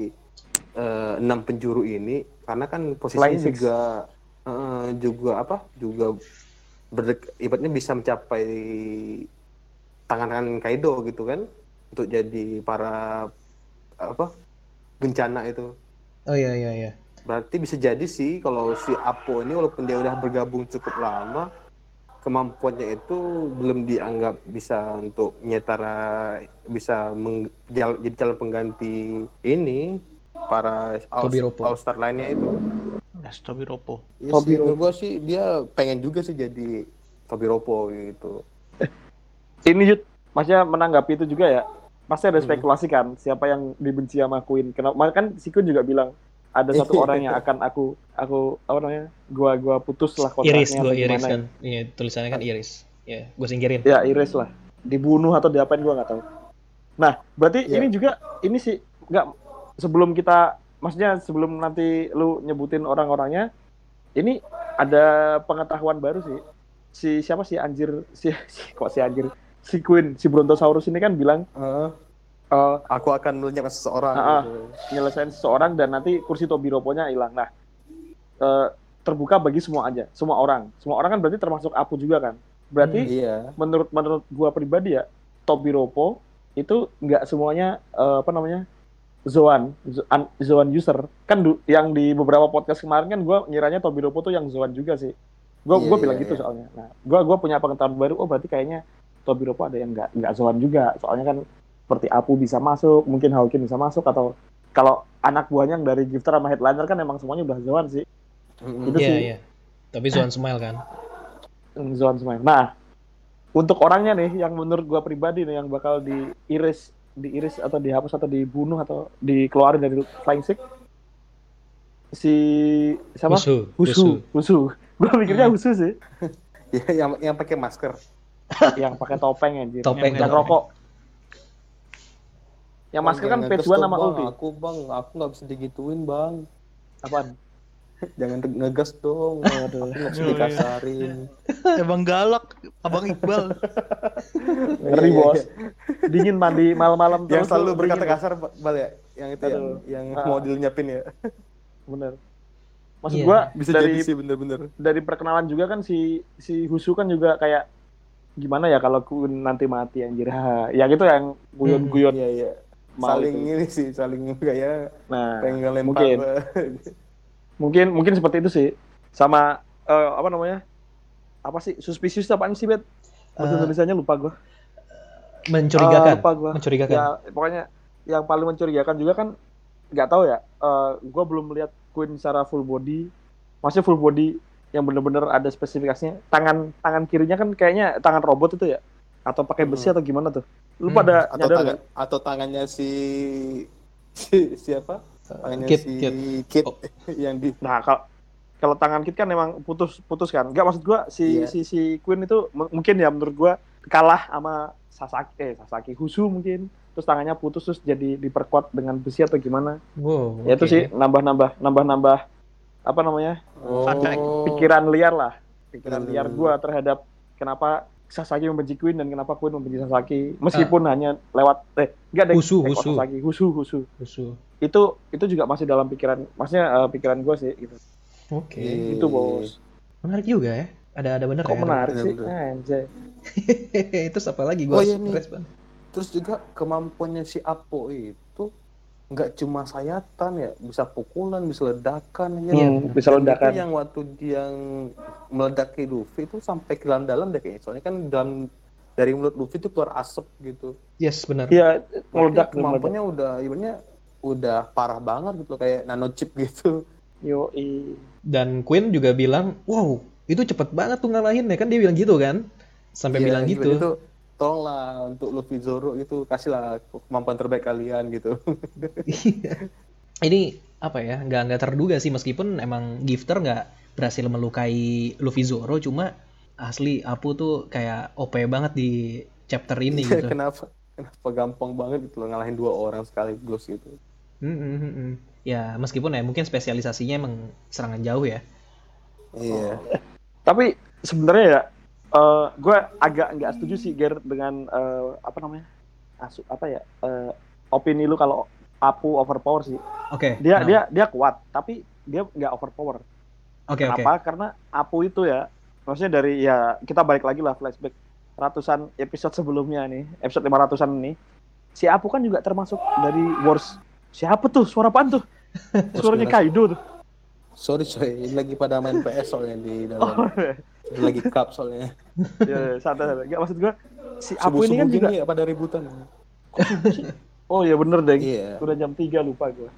Speaker 2: eh, enam penjuru ini karena kan posisinya
Speaker 3: Flying Six.
Speaker 2: juga eh, juga apa juga berdek, ibaratnya bisa mencapai tangan-tangan Kaido gitu kan untuk jadi para apa bencana itu.
Speaker 1: Oh iya iya iya.
Speaker 2: Berarti bisa jadi sih kalau si Apo ini walaupun dia udah bergabung cukup lama kemampuannya itu belum dianggap bisa untuk nyetara bisa meng, jal, jadi calon pengganti ini para all,
Speaker 1: Tobiropo.
Speaker 2: all star lainnya itu.
Speaker 4: Yes, Tobiropo.
Speaker 2: Ya sih,
Speaker 3: Tobiropo.
Speaker 2: menurut gua sih dia pengen juga sih jadi Tobiropo gitu.
Speaker 3: ini Yud, maksudnya menanggapi itu juga ya. Pasti ada
Speaker 2: Hmm.
Speaker 3: spekulasi kan siapa yang dibenci sama Queen. Kenapa? Kan si Queen juga bilang ada satu orang yang akan aku aku apa namanya? Gua gua putus lah kontraknya
Speaker 1: Iris, gue
Speaker 3: atau
Speaker 1: Iris
Speaker 3: gimana.
Speaker 1: kan. Iya, tulisannya kan Iris. Ya, gue singkirin.
Speaker 3: Ya Iris lah. Dibunuh atau diapain gua nggak tahu. Nah, berarti
Speaker 2: Ya.
Speaker 3: ini juga ini sih nggak sebelum kita maksudnya sebelum nanti lu nyebutin orang-orangnya ini ada pengetahuan baru sih. Si siapa sih anjir si, si kok si anjir si Queen si Brontosaurus ini kan bilang
Speaker 2: Heeh.
Speaker 3: eh,
Speaker 2: Aku akan melenyapkan seseorang.
Speaker 3: Ah, ah.
Speaker 2: gitu.
Speaker 3: nyelesain seseorang dan nanti kursi Tobiropo-nya hilang. Nah, eh, terbuka bagi semua aja, semua orang. Semua orang kan berarti termasuk Apu juga kan. Berarti
Speaker 2: Iya.
Speaker 3: menurut menurut gua pribadi ya, Tobiropo itu nggak semuanya eh, apa namanya? Zoan, Zo- an- Zoan user. Kan du- yang di beberapa podcast kemarin kan gua ngiranya Tobiropo tuh yang Zoan juga sih. Gua
Speaker 2: Iya,
Speaker 3: gua bilang
Speaker 2: iya,
Speaker 3: gitu
Speaker 2: iya.
Speaker 3: soalnya. Nah, gua gua punya pengetahuan baru. Oh, berarti kayaknya Tobiropo ada yang nggak nggak Zoan juga. Soalnya kan seperti Apu bisa masuk, mungkin Hawkin bisa masuk atau kalau anak buahnya yang dari Gifter sama Headliner kan emang semuanya udah Zoan sih.
Speaker 2: Mm-mm.
Speaker 3: Itu
Speaker 1: Iya,
Speaker 3: sih.
Speaker 1: iya. Tapi Zoan Smile kan.
Speaker 3: Hmm, Zoan semua. Nah, untuk orangnya nih yang menurut gua pribadi nih yang bakal diiris, diiris atau dihapus atau dibunuh atau dikeluarin dari Flying Six si siapa?
Speaker 1: Husu,
Speaker 3: Husu. Husu. Gua mikirnya Husu sih
Speaker 2: Ya, yang yang pakai masker.
Speaker 3: yang pakai topeng anjir.
Speaker 1: Topeng,
Speaker 3: yang
Speaker 1: topeng.
Speaker 3: rokok. Yang masker kan
Speaker 2: Jangan
Speaker 3: P
Speaker 2: ngegas
Speaker 3: dua
Speaker 2: dong,
Speaker 3: nama
Speaker 2: Bang.
Speaker 3: ulti.
Speaker 2: Aku bang, aku nggak bisa digituin bang.
Speaker 3: Apaan?
Speaker 2: Jangan te- ngegas dong. Aduh, nggak bisa
Speaker 4: Oh, iya.
Speaker 2: dikasarin.
Speaker 4: Emang galak, Abang Iqbal.
Speaker 3: Ngeri
Speaker 2: Iya,
Speaker 3: bos.
Speaker 2: iya.
Speaker 3: Dingin mandi malam-malam
Speaker 2: Yang
Speaker 3: terus
Speaker 2: selalu
Speaker 3: tuh,
Speaker 2: berkata
Speaker 3: dingin.
Speaker 2: kasar, bal ya. Yang itu yang,
Speaker 3: Aduh.
Speaker 2: yang
Speaker 3: Ah.
Speaker 2: mau dilenyapin ya.
Speaker 3: Bener. Maksud
Speaker 1: Iya.
Speaker 3: gua
Speaker 2: Bisa
Speaker 3: dari
Speaker 2: jadi sih bener-bener.
Speaker 3: dari perkenalan juga kan si si Husu kan juga kayak gimana ya kalau Kun nanti mati anjir. Ha, ya gitu yang guyon-guyon.
Speaker 2: Iya iya.
Speaker 3: Mau
Speaker 2: Saling
Speaker 3: itu.
Speaker 2: ini sih, saling kayak
Speaker 3: Nah,
Speaker 2: pengen lempar.
Speaker 3: mungkin mungkin mungkin seperti itu sih. Sama eh, apa namanya? Apa sih suspicious apaan sih, Bet? Bahasa
Speaker 1: Eh,
Speaker 3: Indonesianya lupa gua.
Speaker 1: Mencurigakan.
Speaker 3: Ah, lupa gua.
Speaker 1: Mencurigakan.
Speaker 3: Ya, pokoknya yang paling mencurigakan juga kan nggak tahu ya. Eh gua belum melihat Queen secara full body. Maksudnya full body yang bener-bener ada spesifikasinya. Tangan tangan kirinya kan kayaknya tangan robot itu ya. Atau pakai besi
Speaker 2: Hmm.
Speaker 3: atau gimana tuh? Lu
Speaker 1: Hmm.
Speaker 3: pada
Speaker 2: atau
Speaker 3: nyadar
Speaker 2: tangan
Speaker 3: nggak?
Speaker 2: atau tangannya si, si siapa? Tangannya
Speaker 1: Kit,
Speaker 2: si
Speaker 1: Kit.
Speaker 2: Kit
Speaker 1: Oh.
Speaker 2: yang di
Speaker 3: Nah, kalau kalau tangan Kit kan memang putus putus kan. Enggak maksud gua si
Speaker 2: Iya.
Speaker 3: si si Queen itu m- mungkin ya menurut gua kalah sama Sasaki eh Sasaki Husu mungkin. Terus tangannya putus terus jadi diperkuat dengan besi atau gimana.
Speaker 1: Wow,
Speaker 3: Ya itu
Speaker 1: oke.
Speaker 3: sih nambah-nambah nambah-nambah apa namanya?
Speaker 4: Fun fact.
Speaker 3: Pikiran liar lah. Pikiran
Speaker 2: Hmm.
Speaker 3: liar gua terhadap kenapa Sasaki membenci Queen dan kenapa Queen membenci Sasaki meskipun hanya lewat eh enggak deh
Speaker 1: Husu,
Speaker 3: eh, kok
Speaker 1: Husu.
Speaker 3: Sasaki Husu Husu.
Speaker 1: Husu.
Speaker 3: Itu itu juga masih dalam pikiran maksudnya eh, pikiran gua sih gitu.
Speaker 1: Oke.
Speaker 2: Iya.
Speaker 3: Itu bos.
Speaker 1: Menarik juga ya. Ada ada bener
Speaker 3: Kok
Speaker 1: ya.
Speaker 3: menarik
Speaker 2: Bener,
Speaker 3: sih?
Speaker 2: bener.
Speaker 3: Anjay.
Speaker 1: Itu apa lagi
Speaker 2: Oh,
Speaker 1: gua
Speaker 2: iya nih.
Speaker 1: respon.
Speaker 2: Terus juga kemampuannya si Apo itu nggak cuma sayatan ya, bisa pukulan, bisa ledakan ya.
Speaker 1: Iya,
Speaker 3: Hmm, bisa
Speaker 2: Dan
Speaker 3: ledakan.
Speaker 2: itu yang waktu dia yang meledaki Luffy itu sampai ke dalam-dalam deh kayaknya. Soalnya kan dalam dari mulut Luffy itu keluar asap gitu.
Speaker 1: Yes, benar.
Speaker 3: Iya,
Speaker 2: Berarti
Speaker 3: meledak meledak.
Speaker 2: kemampuannya udah ibaratnya udah parah banget gitu kayak nano chip gitu.
Speaker 3: Yo,
Speaker 1: Dan Queen juga bilang, "Wow, itu cepet banget tuh ngalahin ya." Kan dia bilang gitu kan. Sampai
Speaker 2: Iya,
Speaker 1: bilang gitu.
Speaker 2: Itu tolonglah untuk Luffy Zoro gitu kasihlah kemampuan terbaik kalian gitu.
Speaker 1: Ini apa ya? Nggak nggak terduga sih meskipun emang Gifter nggak berhasil melukai Luffy Zoro, cuma asli Apu tuh kayak O P banget di chapter ini
Speaker 2: Iya,
Speaker 1: gitu.
Speaker 2: kenapa kenapa gampang banget gitu loh ngalahin dua orang sekaligus gitu.
Speaker 1: Hmm, hmm, hmm, hmm. Ya meskipun ya mungkin spesialisasinya emang serangan jauh ya.
Speaker 2: Iya.
Speaker 3: tapi sebenarnya ya, eh gue agak nggak setuju sih Ger dengan eh, apa namanya, asu, apa ya, eh, opini lu kalau Apu overpower sih.
Speaker 1: Oke.
Speaker 3: Dia
Speaker 1: nah,
Speaker 3: dia dia kuat, tapi dia nggak overpower.
Speaker 1: Oke, oke.
Speaker 3: Kenapa? Karena Apu itu ya, maksudnya dari ya kita balik lagi lah flashback ratusan episode sebelumnya nih, episode lima ratusan ini, si Apu kan juga termasuk dari Wars. Siapa tuh? Suara apaan tuh? Suaranya Kaido tuh.
Speaker 2: Sorry coy, ini lagi pada main P S soalnya di dalam.
Speaker 3: Oh,
Speaker 2: Ini lagi cup soalnya.
Speaker 3: ya, santai-santai. Gak maksud gua, si Apu
Speaker 2: Subuh-subuh
Speaker 3: ini kan
Speaker 2: gini
Speaker 3: juga.
Speaker 2: ya pada ributan.
Speaker 3: Oh ya bener deh.
Speaker 2: Iya.
Speaker 3: Udah jam tiga lupa gua.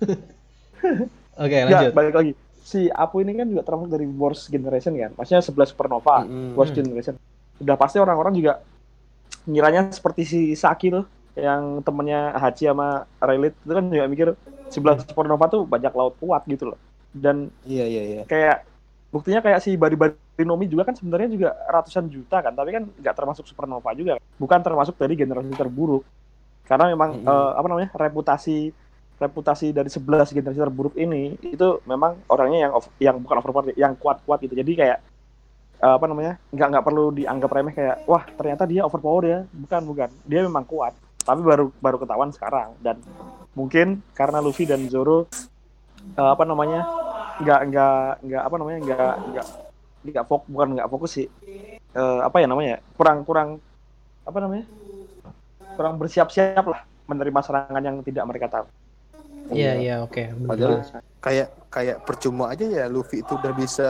Speaker 1: Oke,
Speaker 3: Nggak,
Speaker 1: lanjut.
Speaker 3: balik lagi. Si Apu ini kan juga termasuk dari Wars Generation kan. Maksudnya sebelas Supernova,
Speaker 2: Mm-mm.
Speaker 3: Wars Generation. Udah pasti orang-orang juga ngiranya seperti si Saki tuh yang temennya Hachi sama Rayleigh itu kan juga mikir sebelah supernova tuh bajak laut kuat gitu loh. Dan
Speaker 2: Iya iya iya.
Speaker 3: kayak buktinya kayak si Bari-Bari Nomi juga kan sebenarnya juga ratusan juta kan, tapi kan nggak termasuk supernova juga, bukan termasuk dari generasi terburuk. Karena memang
Speaker 2: Mm-hmm.
Speaker 3: eh, apa namanya reputasi reputasi dari sebelas generasi terburuk ini itu memang orangnya yang of, yang bukan overpower, yang kuat-kuat gitu. Jadi kayak eh, apa namanya nggak nggak perlu dianggap remeh kayak wah ternyata dia overpower ya, bukan bukan dia memang kuat, tapi baru baru ketahuan sekarang. Dan mungkin karena Luffy dan Zoro eh, apa namanya nggak nggak nggak apa namanya nggak nggak nggak fokus bukan nggak fokus sih eh, apa ya namanya kurang kurang apa namanya kurang bersiap-siap lah menerima serangan yang tidak mereka tahu.
Speaker 1: Iya iya oke.
Speaker 2: Padahal kayak kayak percuma aja ya Luffy itu udah bisa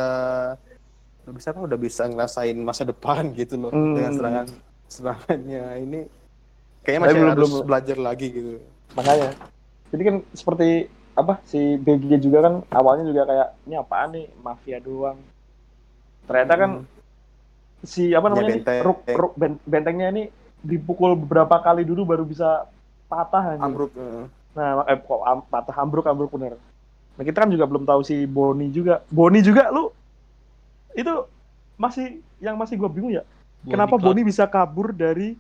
Speaker 2: udah bisa apa udah bisa ngerasain masa depan gitu loh
Speaker 3: Hmm.
Speaker 2: dengan serangan serangannya ini kayaknya
Speaker 3: Tapi
Speaker 2: masih
Speaker 3: belum-
Speaker 2: harus
Speaker 3: belum-
Speaker 2: belajar lagi gitu.
Speaker 3: Makanya jadi kan seperti apa si B G juga kan awalnya juga kayak ini apaan nih mafia doang, ternyata kan si apa
Speaker 2: Ya,
Speaker 3: namanya nih,
Speaker 2: benteng.
Speaker 3: ruk, ruk, ben- bentengnya ini dipukul beberapa kali dulu baru bisa patah aja.
Speaker 2: Ambruk. eh.
Speaker 3: Nah, eh, kok am, patah ambruk ambruk bener. Nah kita kan juga belum tahu si Bonnie juga. Bonnie juga lu itu masih yang masih gue bingung ya. Kenapa
Speaker 4: Cloud.
Speaker 3: Bonnie bisa kabur dari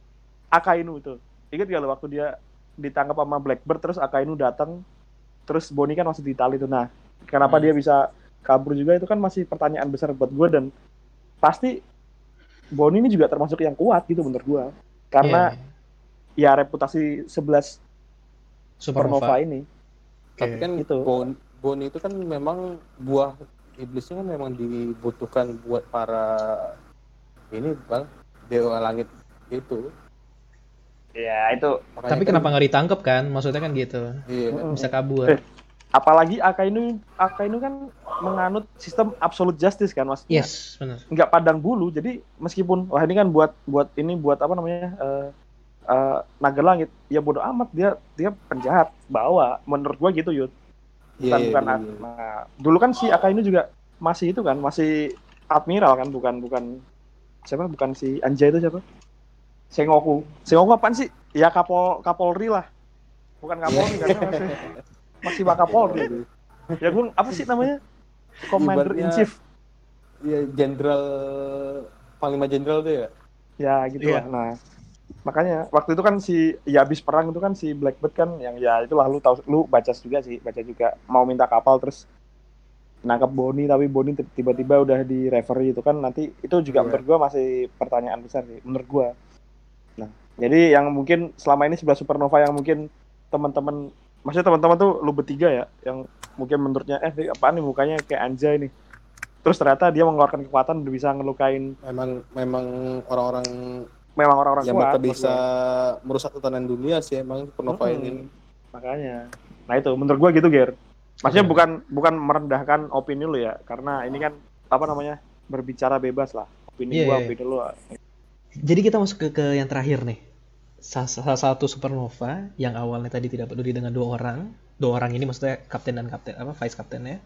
Speaker 3: Akainu itu? Ingat gak lo waktu dia ditangkap sama Blackbird terus Akainu datang, terus Bonnie kan masih di tali itu. Nah, kenapa
Speaker 4: Hmm.
Speaker 3: dia bisa kabur juga itu kan masih pertanyaan besar buat gue. Dan pasti Bonnie ini juga termasuk yang kuat gitu menurut gue. Karena
Speaker 1: Iya,
Speaker 3: ya reputasi sebelas
Speaker 1: Supernova.
Speaker 3: Supernova ini.
Speaker 2: Tapi kan
Speaker 3: Itu.
Speaker 2: Bon Bonnie itu kan memang buah iblisnya kan memang dibutuhkan buat para ini bang dewa langit itu.
Speaker 3: Ya itu.
Speaker 2: Makanya
Speaker 1: Tapi
Speaker 2: kan-
Speaker 1: kenapa nggak ditangkap kan? Maksudnya kan gitu.
Speaker 2: Iya kan.
Speaker 3: Mm-mm.
Speaker 1: Bisa kabur.
Speaker 3: Eh, apalagi Akainu Akainu kan menganut sistem absolute justice kan maksudnya.
Speaker 1: Yes, benar.
Speaker 3: Nggak padang bulu, jadi meskipun wah ini kan buat buat ini buat apa namanya eh eh, naga langit, ya bodoh amat dia dia penjahat bawa menurut gua gitu Yud.
Speaker 2: Iya,
Speaker 3: Bukan
Speaker 2: iya,
Speaker 3: bukan
Speaker 2: bener-bener.
Speaker 3: nah, dulu kan si Akainu juga masih itu kan masih admiral kan bukan bukan siapa bukan si Anjay itu siapa? Sengoku. Sengoku apaan sih? Ya Kapol Kapolri lah. Bukan Kapolri
Speaker 2: Iya.
Speaker 3: karena masih masih Wakapolri. Ya gua apa sih namanya? Commander in
Speaker 2: Ibaratnya-
Speaker 3: Chief.
Speaker 2: Iya, jenderal panglima jenderal tuh ya.
Speaker 3: Ya gitu
Speaker 4: Iya.
Speaker 3: lah. Nah, makanya waktu itu kan si ya habis perang itu kan si Blackbird kan yang ya itulah lu tahu lu baca juga sih, baca juga mau minta kapal terus nangkap Bonnie tapi Bonnie t- tiba-tiba udah di referee itu kan nanti itu juga
Speaker 2: Iya.
Speaker 3: menurut gua masih pertanyaan besar sih menurut gua. Nah, jadi yang mungkin selama ini sebelah Supernova yang mungkin teman-teman maksudnya teman-teman tuh lu bertiga ya yang mungkin menurutnya eh ini apaan nih mukanya kayak Anjay nih. Terus ternyata dia mengeluarkan kekuatan udah bisa ngelukain
Speaker 2: Memang memang orang-orang
Speaker 3: memang orang-orang
Speaker 2: yang
Speaker 3: kuat.
Speaker 2: mereka
Speaker 3: menurut
Speaker 2: bisa
Speaker 3: gua.
Speaker 2: merusak tatanan dunia sih emang Supernova
Speaker 3: Mm-mm.
Speaker 2: ini.
Speaker 3: Makanya. Nah itu menurut gua gitu, Ger. Maksudnya
Speaker 1: Oke.
Speaker 3: bukan bukan merendahkan opini lu ya, karena ini kan apa namanya? Berbicara bebas lah. Opini
Speaker 1: Iya,
Speaker 3: gua,
Speaker 1: iya.
Speaker 3: opini lu.
Speaker 1: Jadi kita masuk ke, ke yang terakhir nih. Sa- Salah satu supernova yang awalnya tadi tidak peduli dengan dua orang. Dua orang ini maksudnya kapten dan kapten apa vice kaptennya.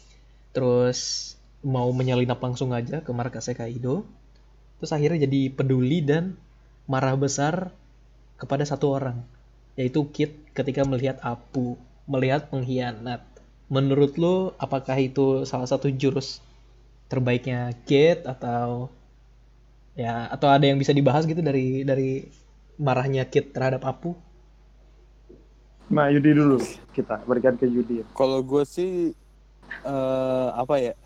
Speaker 1: Terus mau menyelinap langsung aja ke markasnya Kaido. Terus akhirnya jadi peduli dan marah besar kepada satu orang, yaitu Kid ketika melihat Apu, melihat pengkhianat. Menurut lu apakah itu salah satu jurus terbaiknya Kid atau ya atau ada yang bisa dibahas gitu dari dari marahnya Kid terhadap Apu?
Speaker 3: Nah, Yudi dulu kita berikan ke Yudi.
Speaker 2: Kalau gue sih eh apa ya?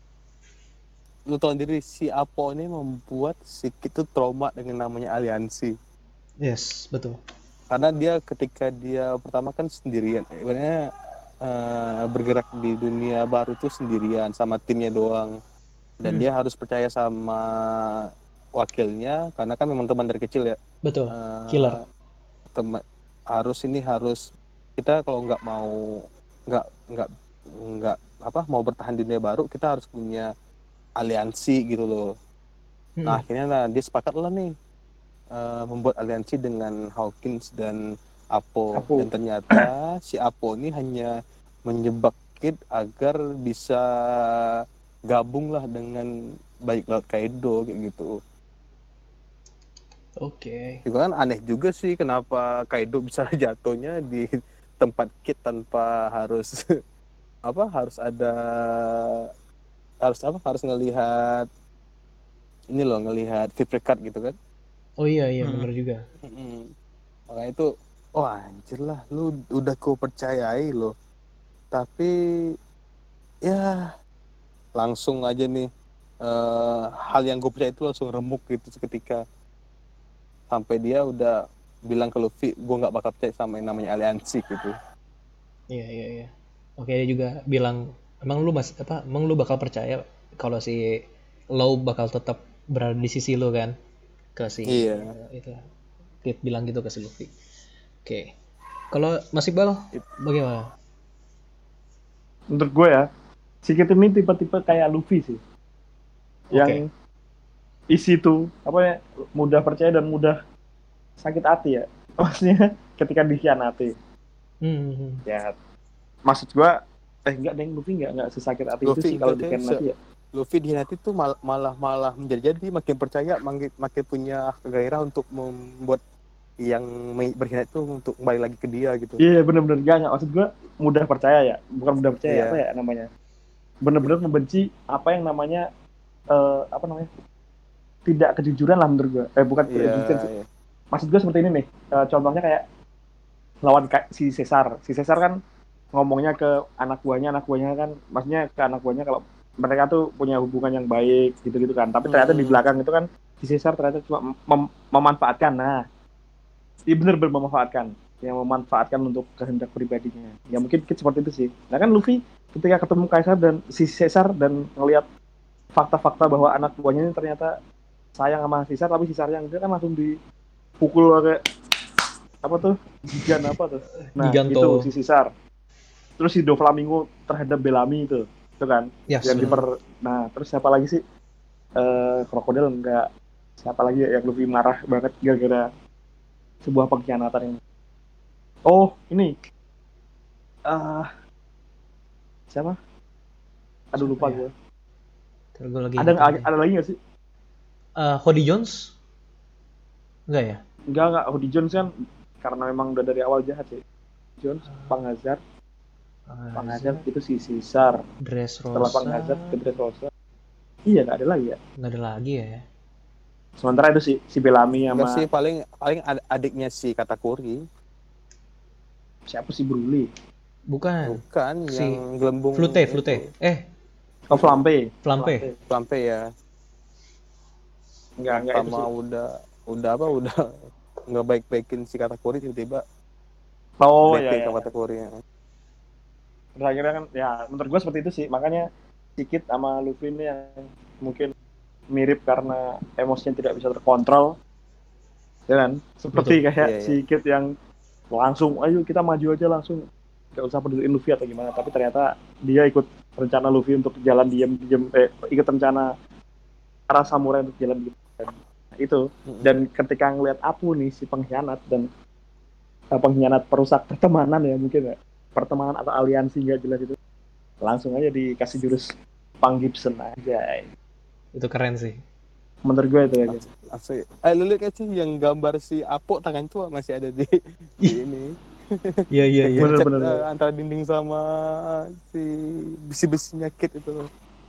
Speaker 2: Lu tahu sendiri si Apo ini membuat si Kid tuh trauma dengan namanya aliansi.
Speaker 1: Yes, betul.
Speaker 2: Karena dia ketika dia pertama kan sendirian, sebenarnya eh, bergerak di dunia baru tuh sendirian sama timnya doang, dan
Speaker 1: Hmm.
Speaker 2: dia harus percaya sama wakilnya karena kan memang teman dari kecil ya.
Speaker 1: Betul.
Speaker 2: Eh,
Speaker 1: Killer.
Speaker 2: teman harus ini harus kita kalau nggak mau nggak nggak nggak apa mau bertahan di dunia baru kita harus punya aliansi gitu loh.
Speaker 1: Hmm.
Speaker 2: Nah akhirnya nah, dia sepakat lah nih eh, membuat aliansi dengan Hawkins dan Apo.
Speaker 3: Apo.
Speaker 2: Dan ternyata si Apo ini hanya menjebak Kid agar bisa gabung lah dengan baik laut Kaido kayak gitu.
Speaker 1: Oke.
Speaker 2: Juga kan aneh juga sih kenapa Kaido bisa jatuhnya di tempat Kid tanpa harus apa harus ada harus apa harus ngelihat ini loh ngelihat flip card gitu kan.
Speaker 1: Oh iya iya
Speaker 4: Hmm.
Speaker 1: bener juga.
Speaker 2: Mm-mm. Makanya itu oh anjir lah lu udah ku percayai loh tapi ya langsung aja nih eh, hal yang gue percaya itu langsung remuk gitu seketika sampai dia udah bilang ke Luffy gue nggak bakal percaya sama yang namanya aliansi gitu.
Speaker 1: Iya iya iya. Oke dia juga bilang emang lu mas apa emang lu bakal percaya kalau si Law bakal tetap berada di sisi lu kan ke si
Speaker 2: Iya.
Speaker 1: itu Kid bilang gitu ke si Luffy. Oke. Kalau Mas Iqbal bagaimana?
Speaker 3: Menurut gue ya, si Kid ini tipe-tipe kayak Luffy sih. Yang isi tuh apa ya mudah percaya dan mudah sakit hati ya. Maksudnya ketika dikhianati.
Speaker 1: Hmm, hmm.
Speaker 3: Ya maksud gue eh enggak deng Luffy enggak enggak sesakit hati itu
Speaker 2: Luffy
Speaker 3: sih kalau
Speaker 2: katanya
Speaker 3: dikhianati ya.
Speaker 2: Luffy di hati tuh mal- malah malah menjadi-jadi makin percaya makin, makin punya gairah untuk membuat yang me- berkhianat itu untuk kembali lagi ke dia gitu.
Speaker 3: Iya benar-benar enggak enggak maksud gue mudah percaya ya bukan mudah percaya
Speaker 2: Iya.
Speaker 3: apa ya namanya benar-benar membenci apa yang namanya eh, apa namanya tidak kejujuran lah menurut gue eh bukan tidak
Speaker 2: Iya,
Speaker 3: kejujuran sih.
Speaker 2: iya.
Speaker 3: Maksud gue seperti ini nih eh, contohnya kayak lawan ka- si Caesar si Caesar kan ngomongnya ke anak buahnya anak buahnya kan maksudnya ke anak buahnya kalau mereka tuh punya hubungan yang baik gitu-gitu kan tapi ternyata di
Speaker 2: Hmm.
Speaker 3: belakang itu kan si Caesar ternyata cuma mem- memanfaatkan nah iya benar-benar memanfaatkan yang memanfaatkan untuk kehendak pribadinya ya mungkin Kid seperti itu sih nah kan Luffy ketika ketemu Caesar dan si Caesar dan ngelihat fakta-fakta bahwa anak buahnya ini ternyata sayang sama Caesar tapi Caesarnya enggak kan langsung dipukul kayak apa tuh gigan apa tuh nah
Speaker 1: Giganto.
Speaker 3: itu si Caesar terus si Doflamingo terhadap Bellamy itu itu kan
Speaker 1: Ya,
Speaker 3: yang
Speaker 1: bener.
Speaker 3: diper nah terus siapa lagi sih eh krokodil enggak siapa lagi ya yang lebih marah banget gara-gara sebuah pengkhianatan ini oh ini ah siapa aduh
Speaker 1: Siapa
Speaker 3: lupa
Speaker 1: ya?
Speaker 3: gue
Speaker 1: Ntar gua lagi
Speaker 3: ada
Speaker 1: ingat.
Speaker 3: ada lagi nggak sih
Speaker 1: Eh, Cody Jones? Enggak ya?
Speaker 3: enggak enggak Hody Jones kan karena memang udah dari awal jahat sih Jones Panghazard Panghazard itu si Caesar
Speaker 1: Dress
Speaker 3: setelah
Speaker 1: Rosa.
Speaker 3: Panghazard ke Dressrosa iya nggak ada lagi ya
Speaker 1: Nggak ada lagi ya.
Speaker 3: sementara itu si si Bellamy
Speaker 2: Enggak
Speaker 3: sama
Speaker 2: sih paling paling ad- adiknya si Katakuri.
Speaker 3: siapa sih Broly
Speaker 1: Bukan.
Speaker 2: Bukan
Speaker 1: Si
Speaker 2: yang gelembung
Speaker 1: Flute,
Speaker 2: itu.
Speaker 1: Flute. Eh,
Speaker 3: oh Flampe
Speaker 1: Flampe.
Speaker 2: Sampai ya.
Speaker 3: enggak enggak itu
Speaker 2: Sama
Speaker 3: sih
Speaker 2: udah udah apa udah nggak baik-baikin si Katakuri tiba-tiba
Speaker 3: oh
Speaker 2: bete
Speaker 3: ya, ya,
Speaker 2: ke
Speaker 3: ya.
Speaker 2: Katakuri.
Speaker 3: Terus akhirnya kan ya menurut gue seperti itu sih makanya Kid sama Luffy ini yang mungkin mirip karena emosinya tidak bisa terkontrol ya kan seperti
Speaker 1: Betul.
Speaker 3: kayak
Speaker 2: Iya, iya.
Speaker 3: si Kid yang langsung ayo kita maju aja langsung gak usah peduliin Luffy atau gimana tapi ternyata dia ikut rencana Luffy untuk jalan diam-diam eh ikut rencana para samurai untuk jalan diam nah, itu dan ketika ngelihat Apu nih si pengkhianat dan eh, pengkhianat perusak pertemanan ya mungkin ya pertemanan atau aliansi nggak jelas itu langsung aja dikasih jurus Pang Gibson aja
Speaker 1: Itu keren sih.
Speaker 3: menurut gue itu aja
Speaker 2: Asli. Eh lu lihat sih yang gambar si Apo tangan tua masih ada di, di ini.
Speaker 1: Iya iya iya.
Speaker 3: Bener,
Speaker 2: Cat,
Speaker 3: bener,
Speaker 2: eh,
Speaker 3: bener.
Speaker 2: antara dinding sama si besi-besinya Kid itu.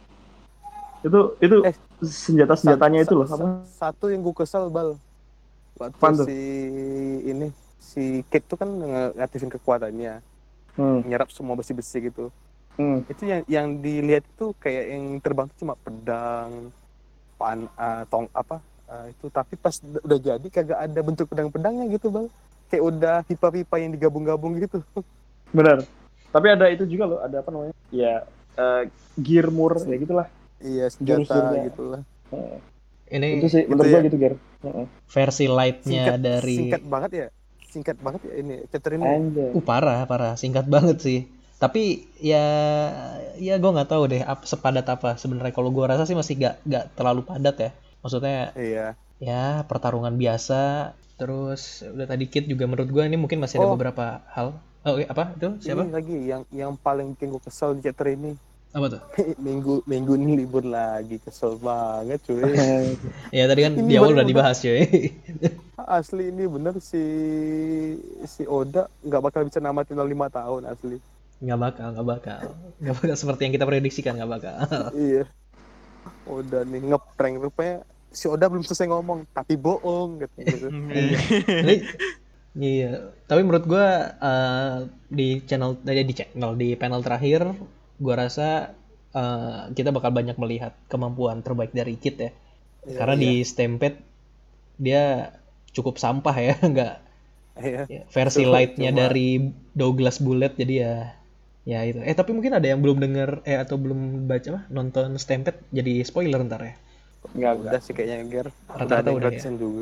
Speaker 3: itu itu
Speaker 2: Eh,
Speaker 3: senjata senjatanya
Speaker 2: Sa-
Speaker 3: itu loh
Speaker 2: sa-
Speaker 3: apa
Speaker 2: Satu yang gue kesel bal. Waktu
Speaker 3: Apaan tuh?
Speaker 2: si ini si Kid tuh kan ngaktifin kekuatannya,
Speaker 3: hmm.
Speaker 2: nyerap semua besi-besi gitu.
Speaker 3: Hmm.
Speaker 2: Itu yang yang dilihat tuh kayak yang terbang tuh cuma pedang, pan, eh, tong apa eh, itu tapi pas d- udah jadi kagak ada bentuk pedang-pedangnya gitu bal. Kayak udah pipa-pipa yang digabung-gabung gitu.
Speaker 3: benar tapi ada itu juga loh ada apa namanya ya eh, gear mur ya gitulah
Speaker 2: Iya senjata
Speaker 3: Jurus-jurusnya.
Speaker 2: gitu lah.
Speaker 3: Hmm.
Speaker 1: Ini
Speaker 3: itu sih
Speaker 2: itu
Speaker 3: menurut
Speaker 2: ya.
Speaker 3: gue gitu gear Heeh.
Speaker 1: versi lightnya
Speaker 2: Singkat
Speaker 1: dari.
Speaker 2: singkat banget ya. Singkat banget ya ini chapter ini.
Speaker 3: Anjay.
Speaker 1: Uh parah parah singkat banget sih. Tapi ya ya gue nggak tahu deh ap, sepadat apa sebenarnya. Kalau gue rasa sih masih gak gak terlalu padat ya. Maksudnya
Speaker 2: Iya.
Speaker 1: ya pertarungan biasa. Terus udah tadi Kid juga menurut gue ini mungkin masih ada
Speaker 2: Oh.
Speaker 1: beberapa hal. Oh iya, apa itu siapa?
Speaker 2: Ini lagi yang yang paling bikin gue kesel di chapter ini
Speaker 1: Apa tuh?
Speaker 2: minggu minggu ini libur lagi, kesel banget cuy.
Speaker 1: Ya tadi kan
Speaker 2: Ini
Speaker 1: di awal
Speaker 2: bener
Speaker 1: udah dibahas cuy.
Speaker 2: Asli ini bener si si Oda nggak bakal bisa namatin lima tahun asli.
Speaker 1: Nggak bakal, nggak bakal. Nggak bakal seperti yang kita prediksikan, nggak bakal.
Speaker 2: Iya. Oda nih ngeprank, rupanya si Oda belum selesai ngomong tapi bohong gitu.
Speaker 1: Tapi, iya, tapi menurut gue uh, di channel eh, di channel di panel terakhir, gue rasa uh, kita bakal banyak melihat kemampuan terbaik dari Kid ya.
Speaker 2: Iya,
Speaker 1: Karena
Speaker 2: iya.
Speaker 1: di Stampede dia cukup sampah ya, nggak
Speaker 2: Iya.
Speaker 1: ya, versi
Speaker 2: Cuma-
Speaker 1: lightnya
Speaker 2: cuma-
Speaker 1: dari Douglas Bullet jadi ya ya itu. Eh tapi mungkin ada yang belum denger eh atau belum baca apa nonton Stampede jadi spoiler ntar ya.
Speaker 3: Enggak,
Speaker 2: Udah
Speaker 3: enggak.
Speaker 2: sih kayaknya Ger.
Speaker 1: Rata-rata
Speaker 2: Udah ada yang
Speaker 1: udah ya.
Speaker 2: gratisan juga.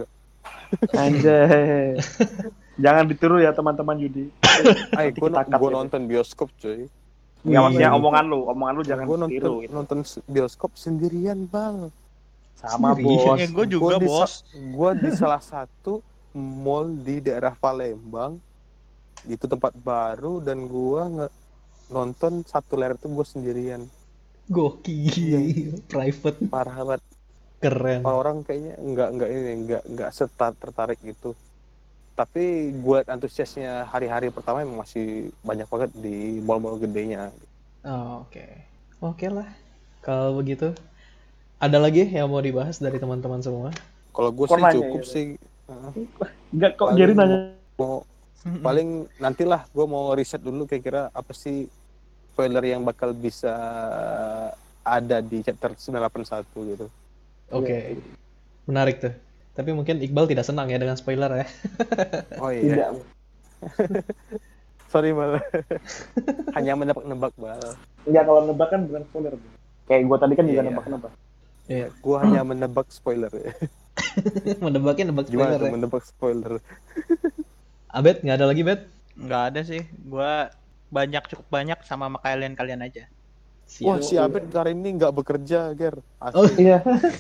Speaker 3: Anjay. Jangan ditiru ya teman-teman Yudi.
Speaker 2: Ay,
Speaker 3: Nanti
Speaker 2: gue
Speaker 3: kita cut ya.
Speaker 2: nonton bioskop cuy.
Speaker 3: Enggak, maksudnya
Speaker 1: Wih.
Speaker 3: omongan lu, omongan lu jangan
Speaker 2: Gue nonton
Speaker 3: ditiru gitu.
Speaker 2: nonton bioskop sendirian bang.
Speaker 3: Sama
Speaker 1: Sendiri.
Speaker 3: bos.
Speaker 4: Ya gue juga
Speaker 2: Gua di
Speaker 4: bos.
Speaker 2: sa- Gua di salah satu mall di daerah Palembang. Itu tempat baru dan gua nge nonton satu layar itu gue sendirian.
Speaker 1: Gokil, private
Speaker 2: Parah banget.
Speaker 1: keren.
Speaker 2: Orang kayaknya nggak nggak ini nggak nggak serta tertarik gitu. Tapi gue antusiasnya hari-hari pertama emang masih banyak banget di mall-mall gedenya.
Speaker 1: Oh, oke. Oke lah. Kalau begitu, ada lagi yang mau dibahas dari teman-teman semua?
Speaker 2: Kalau gue sih
Speaker 3: Kok nanya
Speaker 2: cukup
Speaker 3: ya,
Speaker 2: sih. Heeh.
Speaker 3: Enggak kok
Speaker 2: Paling
Speaker 3: Jerry nanya.
Speaker 2: mau paling nantilah gue mau riset dulu kira-kira apa sih spoiler yang bakal bisa ada di chapter sembilan delapan satu gitu.
Speaker 1: Oke. Menarik tuh. Tapi mungkin Iqbal tidak senang ya dengan spoiler ya.
Speaker 2: Oh
Speaker 3: Tidak.
Speaker 2: iya. Sorry malah. Hanya menebak-nebak bal.
Speaker 3: Enggak, kalau nebak kan bukan spoiler. Bro. Kayak gua tadi kan juga
Speaker 2: Iya.
Speaker 3: nebak-nebak.
Speaker 1: Iya.
Speaker 2: Gue hanya menebak spoiler ya.
Speaker 1: Menebaknya nebak
Speaker 2: Gimana
Speaker 1: spoiler
Speaker 2: tuh
Speaker 1: ya.
Speaker 2: menebak spoiler?
Speaker 1: Abed, nggak ada lagi, Bet?
Speaker 4: Nggak ada sih. Gua banyak cukup banyak sama sama kalian-kalian aja.
Speaker 2: Wah si Abed hari ini nggak bekerja, Ger. Asli.
Speaker 1: Oh,
Speaker 3: Iya.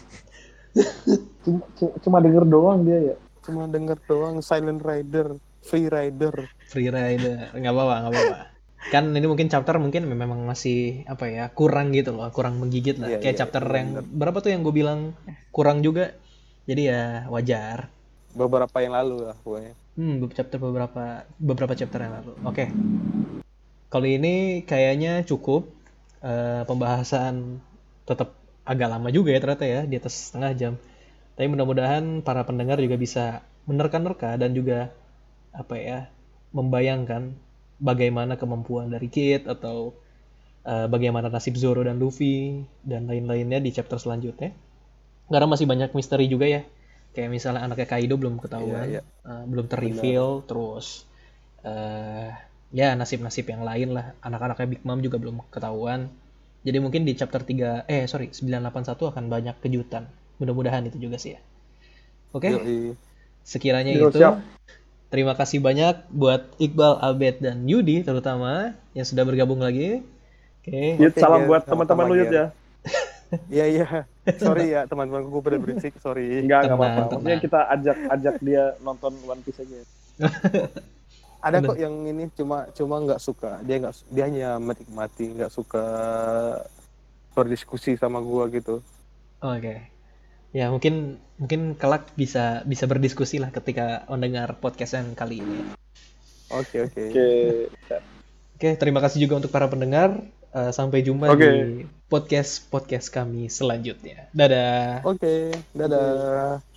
Speaker 3: cuma, cuma, cuma denger doang dia ya.
Speaker 2: Cuma denger doang Silent Rider, Free Rider.
Speaker 1: Free rider. Nggak apa-apa, nggak apa-apa. Kan ini mungkin chapter mungkin memang masih apa ya, kurang gitu loh, kurang menggigit lah.
Speaker 2: Iya,
Speaker 1: Kayak
Speaker 2: iya,
Speaker 1: chapter
Speaker 2: bener.
Speaker 1: yang berapa tuh yang gue bilang kurang juga. Jadi ya wajar.
Speaker 2: Beberapa yang lalu lah pokoknya.
Speaker 1: Hmm, be- chapter beberapa beberapa chapter yang lalu. Oke. Kali ini kayaknya cukup. Eh, pembahasan tetap agak lama juga ya ternyata ya, di atas setengah jam. Tapi mudah-mudahan para pendengar juga bisa menerka-nerka dan juga apa ya, membayangkan bagaimana kemampuan dari Kid atau eh, bagaimana nasib Zoro dan Luffy dan lain-lainnya di chapter selanjutnya. Karena masih banyak misteri juga ya. Kayak misalnya anaknya Kaido belum ketahuan,
Speaker 2: Iya, iya.
Speaker 1: eh, belum terreveal, terus eh ya nasib-nasib yang lain lah. Anak-anaknya Big Mom juga belum ketahuan. Jadi mungkin di chapter tiga, eh sorry, sembilan delapan satu akan banyak kejutan. Mudah-mudahan itu juga sih ya. Oke,
Speaker 2: Yoi.
Speaker 1: sekiranya
Speaker 3: Yo,
Speaker 1: itu.
Speaker 3: siap.
Speaker 1: Terima kasih banyak buat Iqbal, Abed, dan Yudi terutama yang sudah bergabung lagi. Oke.
Speaker 3: Yud,
Speaker 2: Oke,
Speaker 3: salam
Speaker 2: Ger.
Speaker 3: buat teman-teman lu
Speaker 2: Sama-sama,
Speaker 3: Yud
Speaker 2: Ger.
Speaker 3: ya.
Speaker 2: Iya iya. Sorry ya teman-teman gue pada berisik, sorry.
Speaker 3: Enggak, enggak
Speaker 1: Tenang,
Speaker 3: apa-apa. Maksudnya
Speaker 1: tenang.
Speaker 3: kita ajak-ajak dia nonton One Piece aja.
Speaker 2: Ada
Speaker 1: Udah.
Speaker 2: kok yang ini cuma cuma nggak suka. Dia nggak dia hanya menikmati, nggak suka berdiskusi sama gua gitu.
Speaker 1: Oke. Ya mungkin mungkin kelak bisa bisa berdiskusi lah ketika mendengar podcast yang kali ini.
Speaker 2: Oke oke.
Speaker 3: Oke.
Speaker 1: Oke, terima kasih juga untuk para pendengar. Eh, sampai jumpa
Speaker 3: Oke.
Speaker 1: di podcast podcast kami selanjutnya. Dadah.
Speaker 2: Oke, dadah.